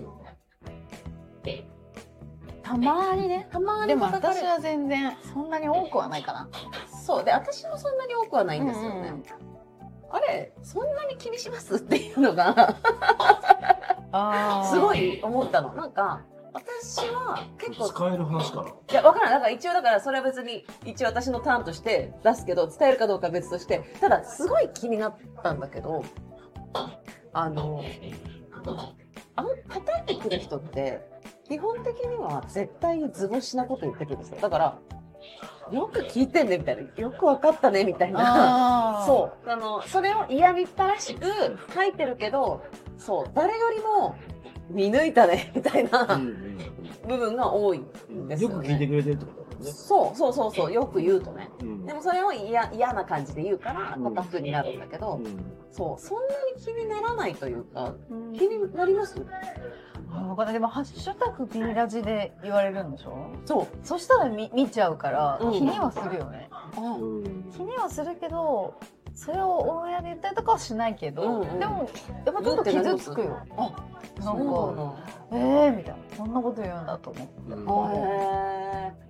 たまにね。 たまに。 でも私は全然そんなに多くはないかな。 そう。で、私もそんなに多くはないんですよね。うんうん、あれ、そんなに気にしますっていうのがあすごい思ったの。なんか、私私は結構使える話かな。 いやわからない。だから一応だからそれは別に一応私のターンとして出すけど、伝えるかどうかは別として、ただすごい気になったんだけど、あのあの叩いてくる人って基本的には絶対に図星なこと言ってくるんですよ。だからよく聞いてんねみたいな、よくわかったねみたいな、そうあのそれを嫌みったらしく書いてるけど、そう誰よりも見抜いたねみたいな部分が多いんですよね。 よく聞いてくれてるってことだもんね。 そうそうそうそう、よく言うとね、 うん、 でもそれを嫌嫌な感じで言うから叩くになるんだけど、うん、そうそんなに気にならないというか、うん、気になります？ あ、でもハッシュタグ B ラジで言われるんでしょ。 そうそしたら 見, 見ちゃうから、うん、気にはするよね、 うん、 気にはするけどそれをオンエアで言ったりとかはしないけど、うんうん、でもやっぱちょっと傷つくよ。あ、なんかえーみたいな、そんなこと言うんだと思って、うん、へー、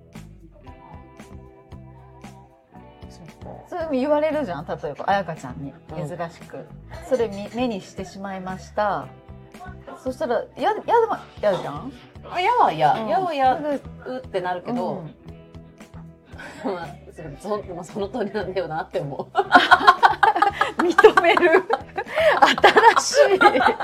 それ言われるじゃん。例えば彩香ちゃんに珍しく、うん、それ目にしてしまいました。そしたらややでもやじゃん。 あ、やはや、うん、やはやうってなるけど、うん、そ, そ, その通りなんだよなって思う。 認める新しい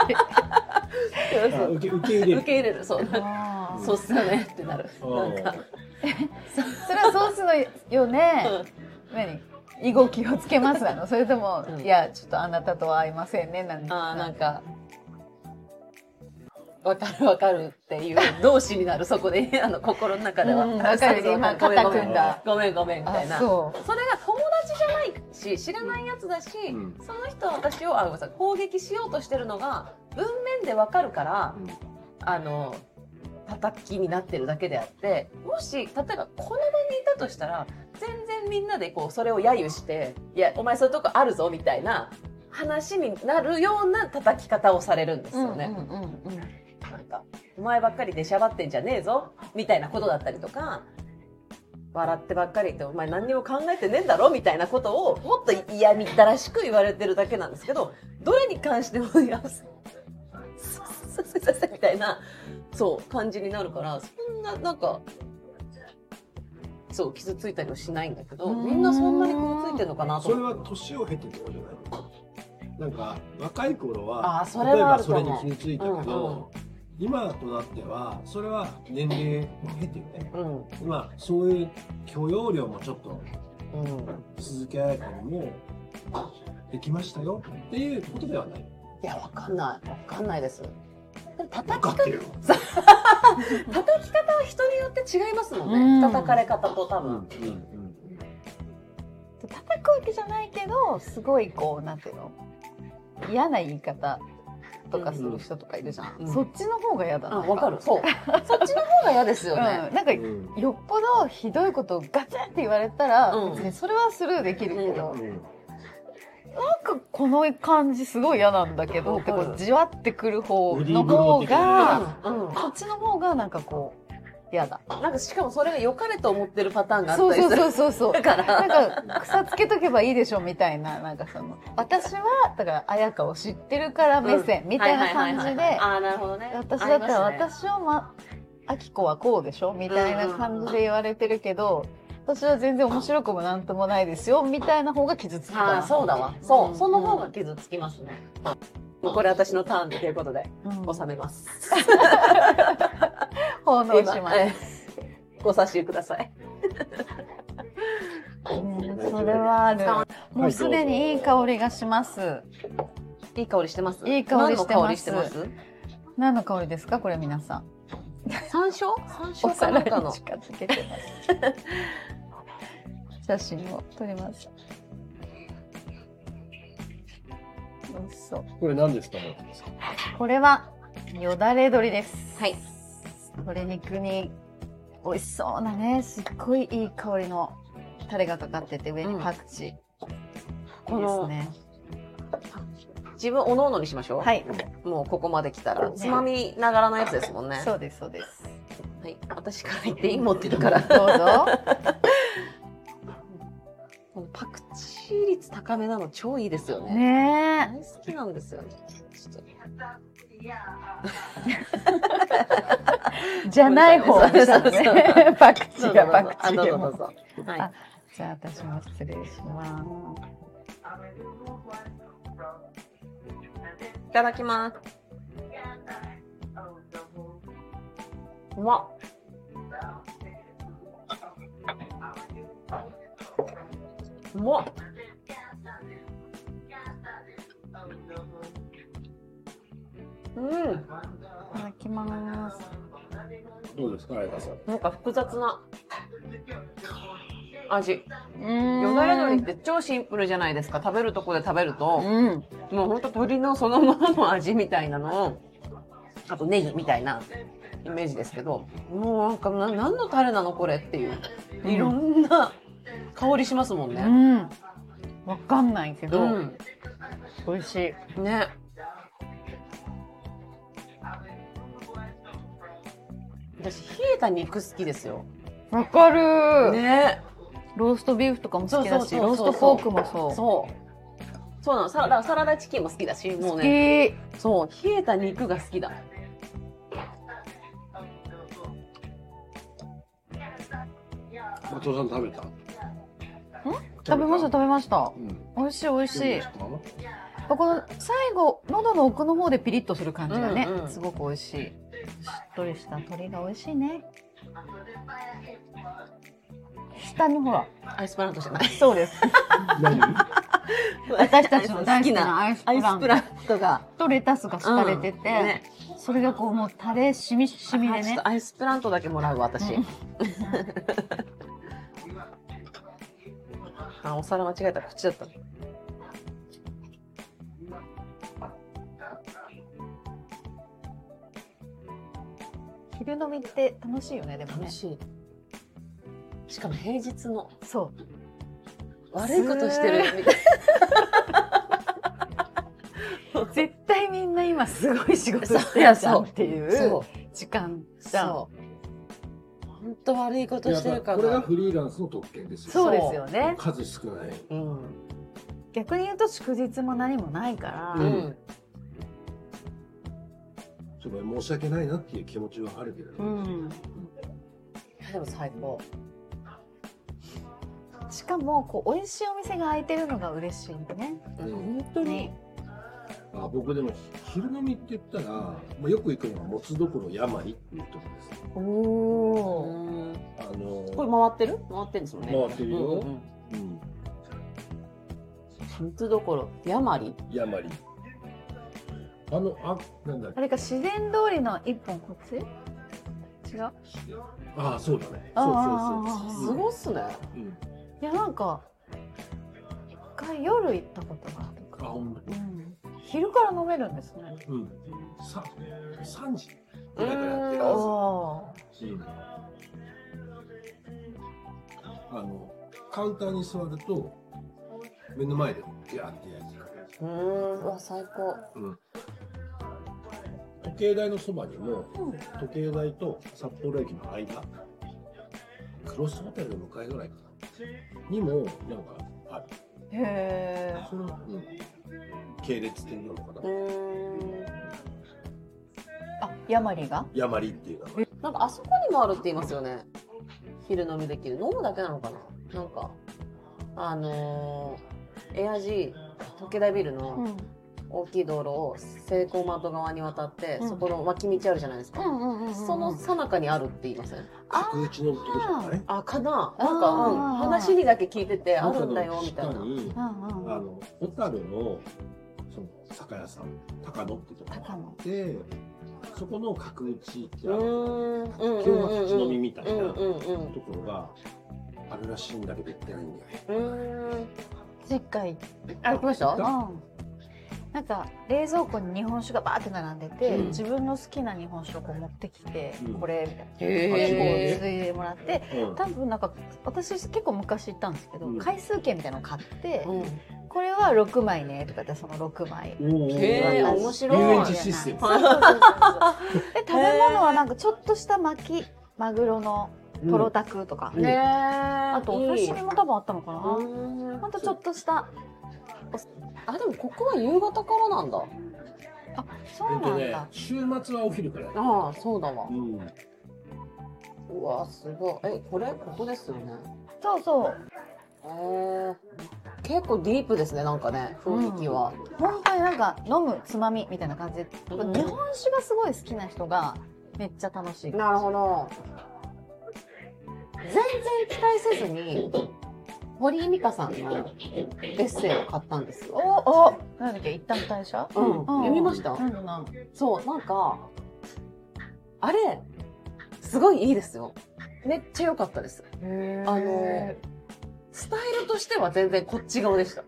受け受け入れる受け入れる、そうそうっすよねってなる。なんかそれはそうすのよね。うん、何以後気をつけますなの？それとも、うん、いやちょっとあなたとは会いませんねなんて。 あ、なんかわかるわかるっていう同志になる、そこであの心の中では。 わ、うん、かる、今肩組んだ。 ごめんごめんみたいな。そう。それが友達じゃないし、知らないやつだし、うん、その人は私をあごめんなさい攻撃しようとしてるのが文面でわかるから、うん、あの叩きになってるだけであって、もし例えばこの場にいたとしたら全然みんなでこうそれを揶揄して、いやお前そういうとこあるぞみたいな話になるような叩き方をされるんですよね。なんかお前ばっかり出しゃばってんじゃねえぞみたいなことだったりとか、笑ってばっかりってお前何にも考えてねえんだろみたいなことをもっと嫌みったらしく言われてるだけなんですけど、どれに関してもいやさせさせみたいなそう感じになるから、そんななんかそう傷ついたりはしないんだけど、みんなそんなに傷ついてるのかなと思って。 それは年を経てってことじゃないの？なんか若い頃はあそれはあると思う。 例えばそれに傷ついたけど、うんうん、今となってはそれは年齢を経てね、うん、まあそういう許容量もちょっと続けられたりもできましたよっていうことではない。 いやわかんないわかんないです。叩き方叩き方は人によって違いますもんね、うん、叩かれ方と多分、うんうんうん、 叩くわけじゃないけどすごいこうなんていうの嫌な言い方とかする人とかいるじゃん、うん、そっちの方が嫌だな。 わかる、そうそっちの方が嫌ですよね、 うん、なんか、うん、よっぽどひどいことをガツンって言われたら、うん、別にそれはスルーできるけど、うんうん、なんかこの感じすごい嫌なんだけどってこうじわってくる方の方が、うん、こっちの方がなんかこう嫌だ。 なんかしかもそれが良かれと思ってるパターンがあったりする。 そうそうそうそう。だからなんか草つけとけばいいでしょみたいな、なんかその私はだから彩香を知ってるから目線みたいな感じで、 ああなるほどね。 私だったら私をまあきこはこうでしょみたいな感じで言われてるけど。私は全然面白くもなんともないですよみたいな方が傷つくから。 あ、そうだわ。そう、うん、その方が傷つきますね。もうこれ私のターンということで、うん、収めます。 奉納します。 ご察しください。 ね、それはある。もうすでにいい香りがします。 いい香りしてます。 いい香りしてます。 何の香りしてます？ 何の香りですかこれ皆さん。 山椒？山椒かなんかの。 近づけてます。写真を撮ります。おいしそう。 これ何ですか？ これはよだれ鶏です。 はい。 鶏肉に美味しそうなね、すっごいいい香りのタレがかかってて上にパクチー。 このですね。自分おのおのにしましょう。 はい。 もうここまで来たらつまみながらのやつですもんね。 そうですそうです。 はい。私から言っていい持ってるから。 どうぞ。 このパクチー率高めなの超いいですよね。 ねえ。大好きなんですよね。ちょっとじゃない方でしたね。パクチーがパクチーどうでも。 ぞどうぞ。はい。 あじゃあ私も失礼します。 いただきます。うまっ。うまっ。うん。 いただきます。 どうですか、あやかさん。 なんか複雑な味。 うーんよだれ鶏って超シンプルじゃないですか。食べるとこで食べると、 うん。 もうほんと鶏のそのままの味みたいなのを、あとネギみたいなイメージですけど、もうなんかな何のタレなのこれっていう、いろんな香りしますもんね。 うん。わかんないけど、 うん、 美味しい。 ね。私冷えた肉好きですよ。 わかる、 ね。 ローストビーフとかも好きだし、 そうそうそうそうローストポークもそう。 そう。そうなの。サラダ、サラダチキンも好きだし、もう好ね。 き。 そう、冷えた肉が好きだ。 松尾さん食べた？ 食べました食べました。 うん。 美味しい美味しい。 どうですか？ この最後喉の奥の方でピリッとする感じがね、 うんうんすごく美味しい。しっとりした鶏が美味しいね。下にほら、 アイスプラントじゃない。 そうです。 何？ 私たちの大好きなアイスプアイランスプラントがとレタスが敷かれてて、 うんね、 それがこうもうタレしみしみでねあちょっと。アイスプラントだけもらうわ私。 うんあ、お皿間違えた、こっちだった。 昼飲みって楽しいよね、でもね楽。しい。しかも平日のそう悪いことしてるみたい絶対みんな今すごい仕事してるじゃんっていな。そう時間う。 じゃん。 そう。本当悪いことしてるかこれがら。 フリーランスの特権ですよ。 そうですよね。 数少ない。 うん。 逆に言うと祝日も何もないから、 ううんん。 それ申し訳ないなっていう気持ちはあるけれど、 うんいやでも最高。 しかもこう美味しいお店が開いてるのが嬉しいんでね。 本当に。 ねあ僕でも昼飲みって言ったら、まあ、よく行くのがもつどころやまりっていうところです。 おうお。 んあのこれ回ってる？回ってるんですもんね。 回ってるようんうんうん、 うん。三つどころ、ヤマリ。 やまり。あのあなんだっけ。 あれか自然通りの一本こっち？違う？ ああそうだね。 あーそうそうそう。 すごっすね。 うん。 いやなんか一回夜行ったことがあるかあら。 ほんと。 うん昼から飲めるんですね。 うん。さ三時ぐらいからやってるうんはあず。うん。あのカウンターに座ると目の前でビャーって焼いてくれる。 うーん、うわ最高。 うん。時計台のそばにも、 うん時計台と札幌駅の間、クロスホテルの向かいぐらいかなにもなんかある。 へえ。 その、うん、系列店なのかな。 うーん。 あ、ヤマリが？ ヤマリっていうのは。 なんかあそこにもあるって言いますよね。昼飲みできる。飲むだけなのかな。なんかあのー、エアジー時計台ビルのん。 大きい道路をセイコーマート側に渡って、 うんそこの脇道あるじゃないですか。 うんうんうんうん。 その最中にあるって言いません？ 角打ちのとこじゃない？ あ、かな。なんか、 あーうん、話にだけ聞いててあるんだよみたいな。 中の下にうんうんうん。 あの小樽のその酒屋さん、高野ってとこがあって、そこの角打ちってあうる。 ーん、うん基本は立ち飲みみたいなうんうんうんところがあるらしいんだけど行ってないんだよね。 うん。うーん。 次回。 あ、行きました？ うん。なんか冷蔵庫に日本酒がバーって並んでて、 うん自分の好きな日本酒をこう持ってきて、 うんこれへでこうえ。 ついでもらって、 うん多分なんか私結構昔行ったんですけど、 うん回数券みたいなのを買って、 うん。 これはろくまいねとかってそのろくまい。 おーへえ、面白い。 遊園地システム。 そうそうそうそうで食べ物はなんかちょっとした巻きマグロのトロタクとか、 うんへえ。 あとお刺身も多分あったのかな。 うーん。 ほんとちょっとしたあ、でもここは夕方からなんだ。 あそうえっとねなんだ、、 週末はお昼からやる。 ああ、そうだわう。ん。 うわすごい。えこれここですよね。 そうそう。 えー、結構ディープですねなんかね雰囲気は、 うん、本当になんか飲むつまみみたいな感じで、うん、日本酒がすごい好きな人がめっちゃ楽しい。 なるほど。全然期待せずに堀井美香さんのエッセイを買ったんですよ。 おお、なんだっけ、一旦退社？ うん、うん、読みました。 なんだな。 そうなんかあれすごいいいですよ。めっちゃ良かったです。 へあのスタイルとしては全然こっち側でした。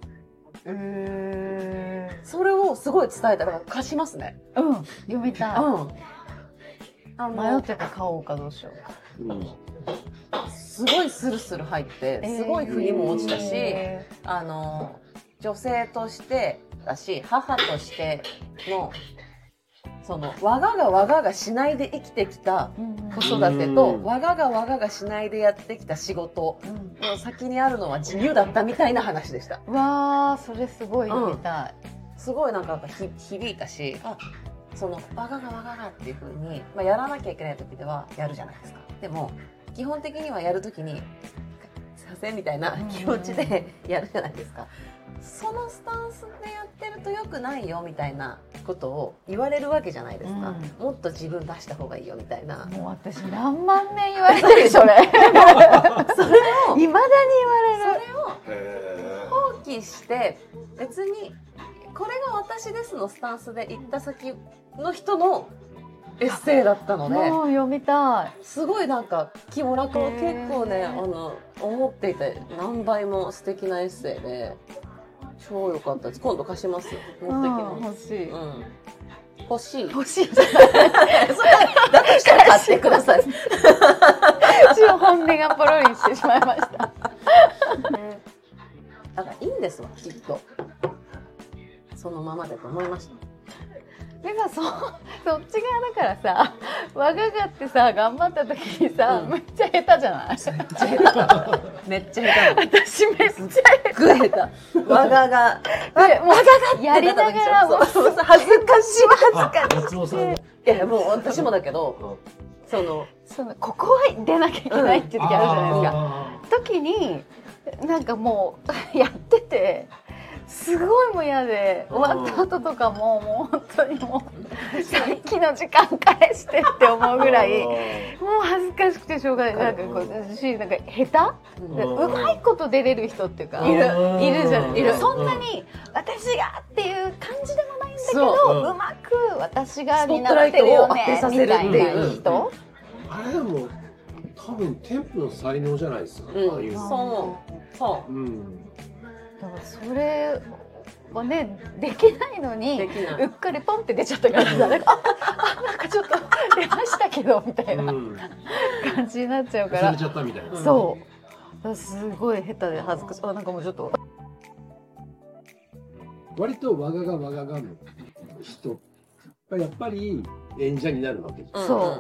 へそれをすごい伝えたから貸しますね。 うん、読みたい。うん。 あの迷ってた買おうかどうしようか。 うん、すごいスルスル入ってすごい腑にも落ちたし、えー、あの女性としてだし母としてのそのわががわががしないで生きてきた子育てとわががわががしないでやってきた仕事の先にあるのは自由だったみたいな話でした。 わー、それすごい読みたい。 うん、すごいなんかひ響いたし、あ、そのわががわががっていう風に、まあ、やらなきゃいけない時ではやるじゃないですか。でも基本的にはやる時にすいませんみたいな気持ちでやるじゃないですか。そのスタンスでやってると良くないよみたいなことを言われるわけじゃないですか、うん、もっと自分出した方がいいよみたいな。 もう私何万年言われてるそれそれを未だに言われる。 それを放棄して別にこれが私ですのスタンスで行った先の人のエッセイだったので、 もう読みたい。 すごいなんか気も楽も結構ね、あの思っていた何倍も素敵なエッセイで超良かったです。今度貸します。持ってきます。 欲しい、 うん、欲しい欲しいじゃないそれだとしたら買ってください。 私は本音がポロリしてしまいました。だからいいんですわきっと。そのままでと思いました。 でさ、そ, そっち側だからさ、わががってさ頑張った時にさ、うん、めっちゃ下手じゃない？めっちゃ下手。めっちゃ下手。 私めっちゃ下手。わがが。わががやりながらも恥ずかしい恥ずかしい。いやもう私もだけど、そのそのここは出なきゃいけないっていう時あるじゃないですか。うん、時になんかもうやってて。すごいもう嫌で、終わった後とかももう本当にもうさっきの時間返してって思うぐらいもう恥ずかしくてしょうがない。なんかこう私なんか下手、うまいこと出れる人っていうかいるいるじゃん。いる。そんなに私がっていう感じでもないんだけど、うまく私がになってるよねみたいな人。 あれでも多分テンプの才能じゃないですか。 うん、そうそう。うん。 だからそれはねできないのにうっかりポンって出ちゃったからさ、なんかあなんかちょっと出ましたけどみたいな感じになっちゃうから。 されちゃったみたいな。 そう。すごい下手で恥ずかしい。あなんかもうちょっと。 割とわががわががの人がやっぱり演者になるわけです。 そう。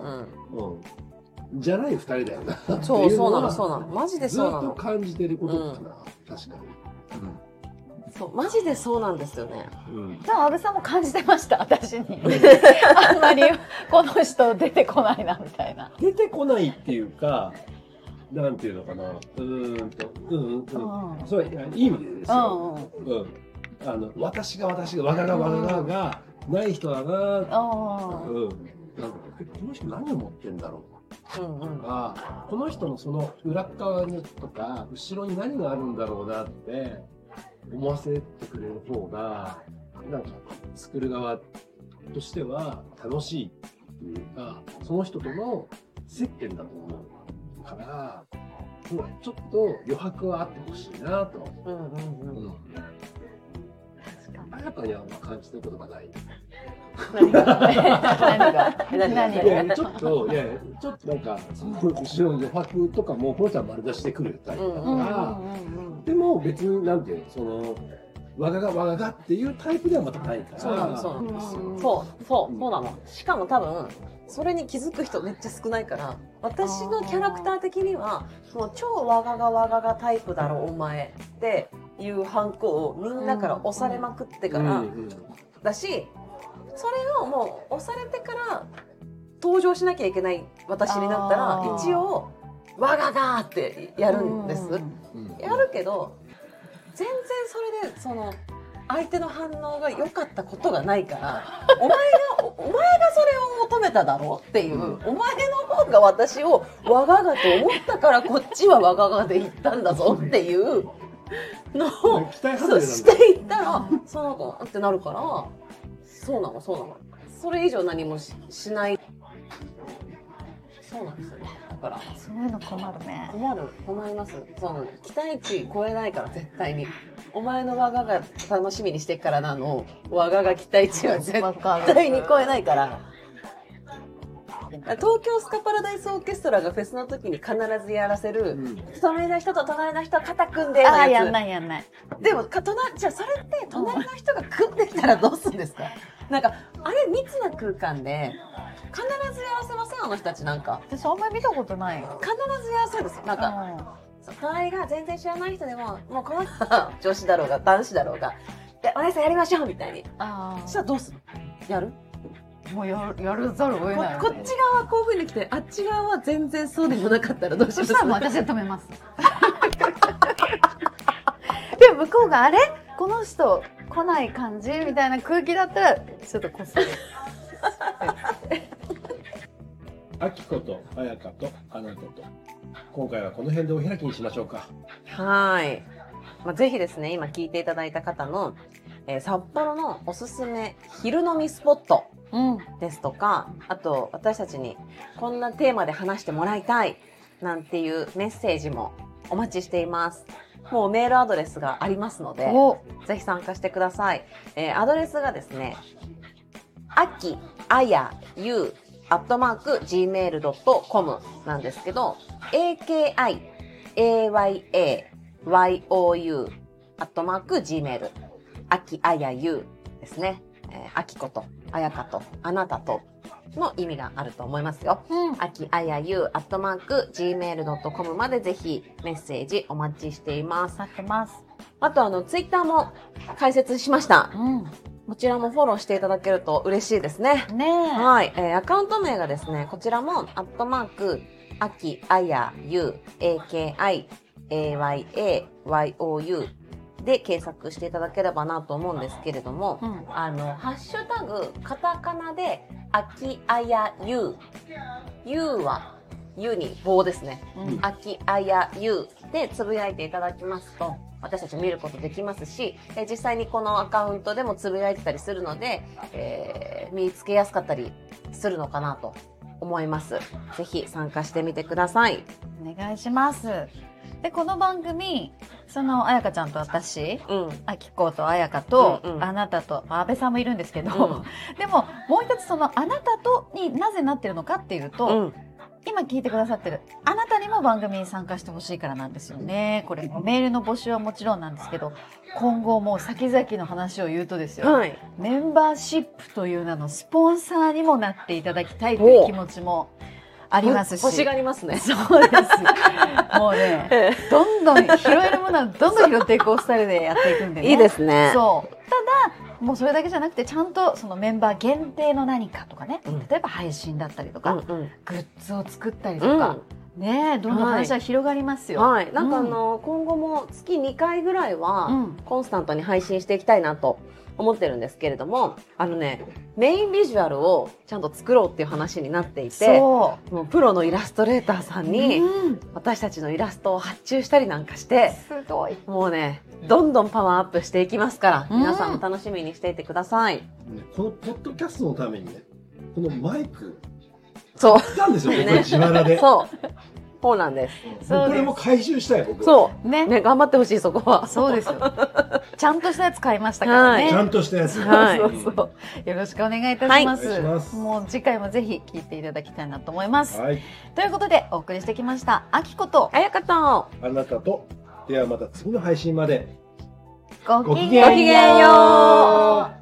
うん。じゃない二人だよな。 そうそうなのそうなの。マジでそうなの。 ずっと感じてることかな。確かに。 そうマジでそうなんですよね。 うん、でも安部さんも感じてました私に。あんまりこの人出てこないなみたいな。 出てこないっていうか、なんていうのかな。うーんと、うんうんうん。それいい意味でですよ。うん、うん。あの私が私がわががわがががない人だな。うん。なんかこの人何を持ってんだろう。うんうん、あこの人のその裏側にとか後ろに何があるんだろうなって思わせてくれる方がなんか作る側としては楽しいっていうか、その人との接点だと思うからちょっと余白はあってほしいなと。うんうんうん。あやかには感じてることがない。 何が何が何がいやちょっといやちょっとなんかその後ろの余白とかもこの人は丸出しでくるタイプだから、でも別になんていうのそのわががわががっていうタイプではまたないから。 そうなのそうなのそうそうそうなの。しかも多分それに気づく人めっちゃ少ないから、私のキャラクター的にはその超わががわががタイプだろお前っていうハンコをみんなから押されまくってからだし、それをもう押されてから登場しなきゃいけない私になったら一応わががーってやるんです、やるけど全然それでその相手の反応が良かったことがないからお前がお前がそれを求めただろうっていう、うん、お前の方が私をわががと思ったからこっちはわががで言ったんだぞっていうのをしていったらその子ってなるから、そうなのそうなの、それ以上何も し, しないそうなんですよね。だからそういうの困るね。 困る困ります。その期待値超えないから絶対に。お前の我がが楽しみにしてからなの我がが期待値は絶対に超えないから。東京スカパラダイスオーケストラがフェスの時に必ずやらせる、うん、隣の人と隣の人は肩組んでのやつ。 あ、やんないやんない。 でもか隣じゃあそれって隣の人が組んできたらどうするんですか。なんかあれ密な空間で必ずやらせませんあの人たちなんか。 私あんまり見たことないよ。 必ずやらせるんですよ。なんか。隣が全然知らない人でももうこの女子だろうが男子だろうがお姉さんやりましょうみたいに。ああ。したらどうする？やる？ もう や, やるざるを得ない、ね、 こ, こっち側はこういう風に来てあっち側は全然そうでもなかったらどうします？ そしたら私は止めます。でも向こうがあれこの人来ない感じみたいな空気だったらちょっとこっそり。 あきことあやかとあなたと今回はこの辺でお開きにしましょうか。 はい、まあ、ぜひですね今聞いていただいた方の、えー、札幌のおすすめ昼飲みスポットですとか、うん、あと私たちにこんなテーマで話してもらいたいなんていうメッセージもお待ちしています。もうメールアドレスがありますのでぜひ参加してください。えー、アドレスがですねあきあやゆアットマーク ジーメールドットコム なんですけど エーケーアイエーワイエーワイオーユー アットマーク ジーメール あきあやゆですね、えー、あきことあやかとあなたとの意味があると思いますよ、うん、あきあやゆアットマーク ジーメールドットコム までぜひメッセージお待ちしています。 待ってます。 あとあのツイッターも開設しました、うん、こちらもフォローしていただけると嬉しいですね。 ねえ。 はい、えー、アカウント名がですね、こちらもアットマークあきあやゆ エーケーアイエーワイエーワイオーユー で検索していただければなと思うんですけれども、うん、あのハッシュタグカタカナであきあやゆゆはゆに棒ですね。うん、あきあやゆでつぶやいていただきますと。私たち見ることできますし、え実際にこのアカウントでもつぶやいてたりするので、えー、見つけやすかったりするのかなと思います。ぜひ参加してみてください。 お願いします。でこの番組そのあやかちゃんと私、うん、あきことあやかと、うんうん、あなたと阿部さんもいるんですけど、うん、でももう一つそのあなたとになぜなってるのかっていうと、うん、今聞いてくださってるあなたにも番組に参加してほしいからなんですよね。これメールの募集はもちろんなんですけど今後もう先々の話を言うとですよ、はい、メンバーシップという名のスポンサーにもなっていただきたいという気持ちもありますし欲しがりますね。 そうですもうねどんどん拾えるものはどんどん拾っていこうスタイルでやっていくんでね。 いいですね。 そうただもうそれだけじゃなくてちゃんとそのメンバー限定の何かとかね、うん、例えば配信だったりとか、うんうん、グッズを作ったりとか、うん、ねどんどん話は広がりますよ。 はい、はい、なんかあの、うん、今後も月にかいぐらいはコンスタントに配信していきたいなと思ってるんですけれども、あのねメインビジュアルをちゃんと作ろうっていう話になっていて、もうプロのイラストレーターさんに私たちのイラストを発注したりなんかして、 すごいもうねどんどんパワーアップしていきますから、皆さんも楽しみにしていてください。 このポッドキャストのためにねこのマイクそう買ったんですよね自腹で。 そうそうなんです。 これも回収したい僕。 そうね、ね頑張ってほしいそこは。 そうですよ。ちゃんとしたやつ買いましたからね。はい、 ちゃんとしたやつ。 はい、そうそう。よろしくお願いいたします。 はい、ますもう次回もぜひ聞いていただきたいなと思います。 はい、 ということでお送りしてきましたあきことあやかとあなたと。ではまた次の配信までごきげんよう。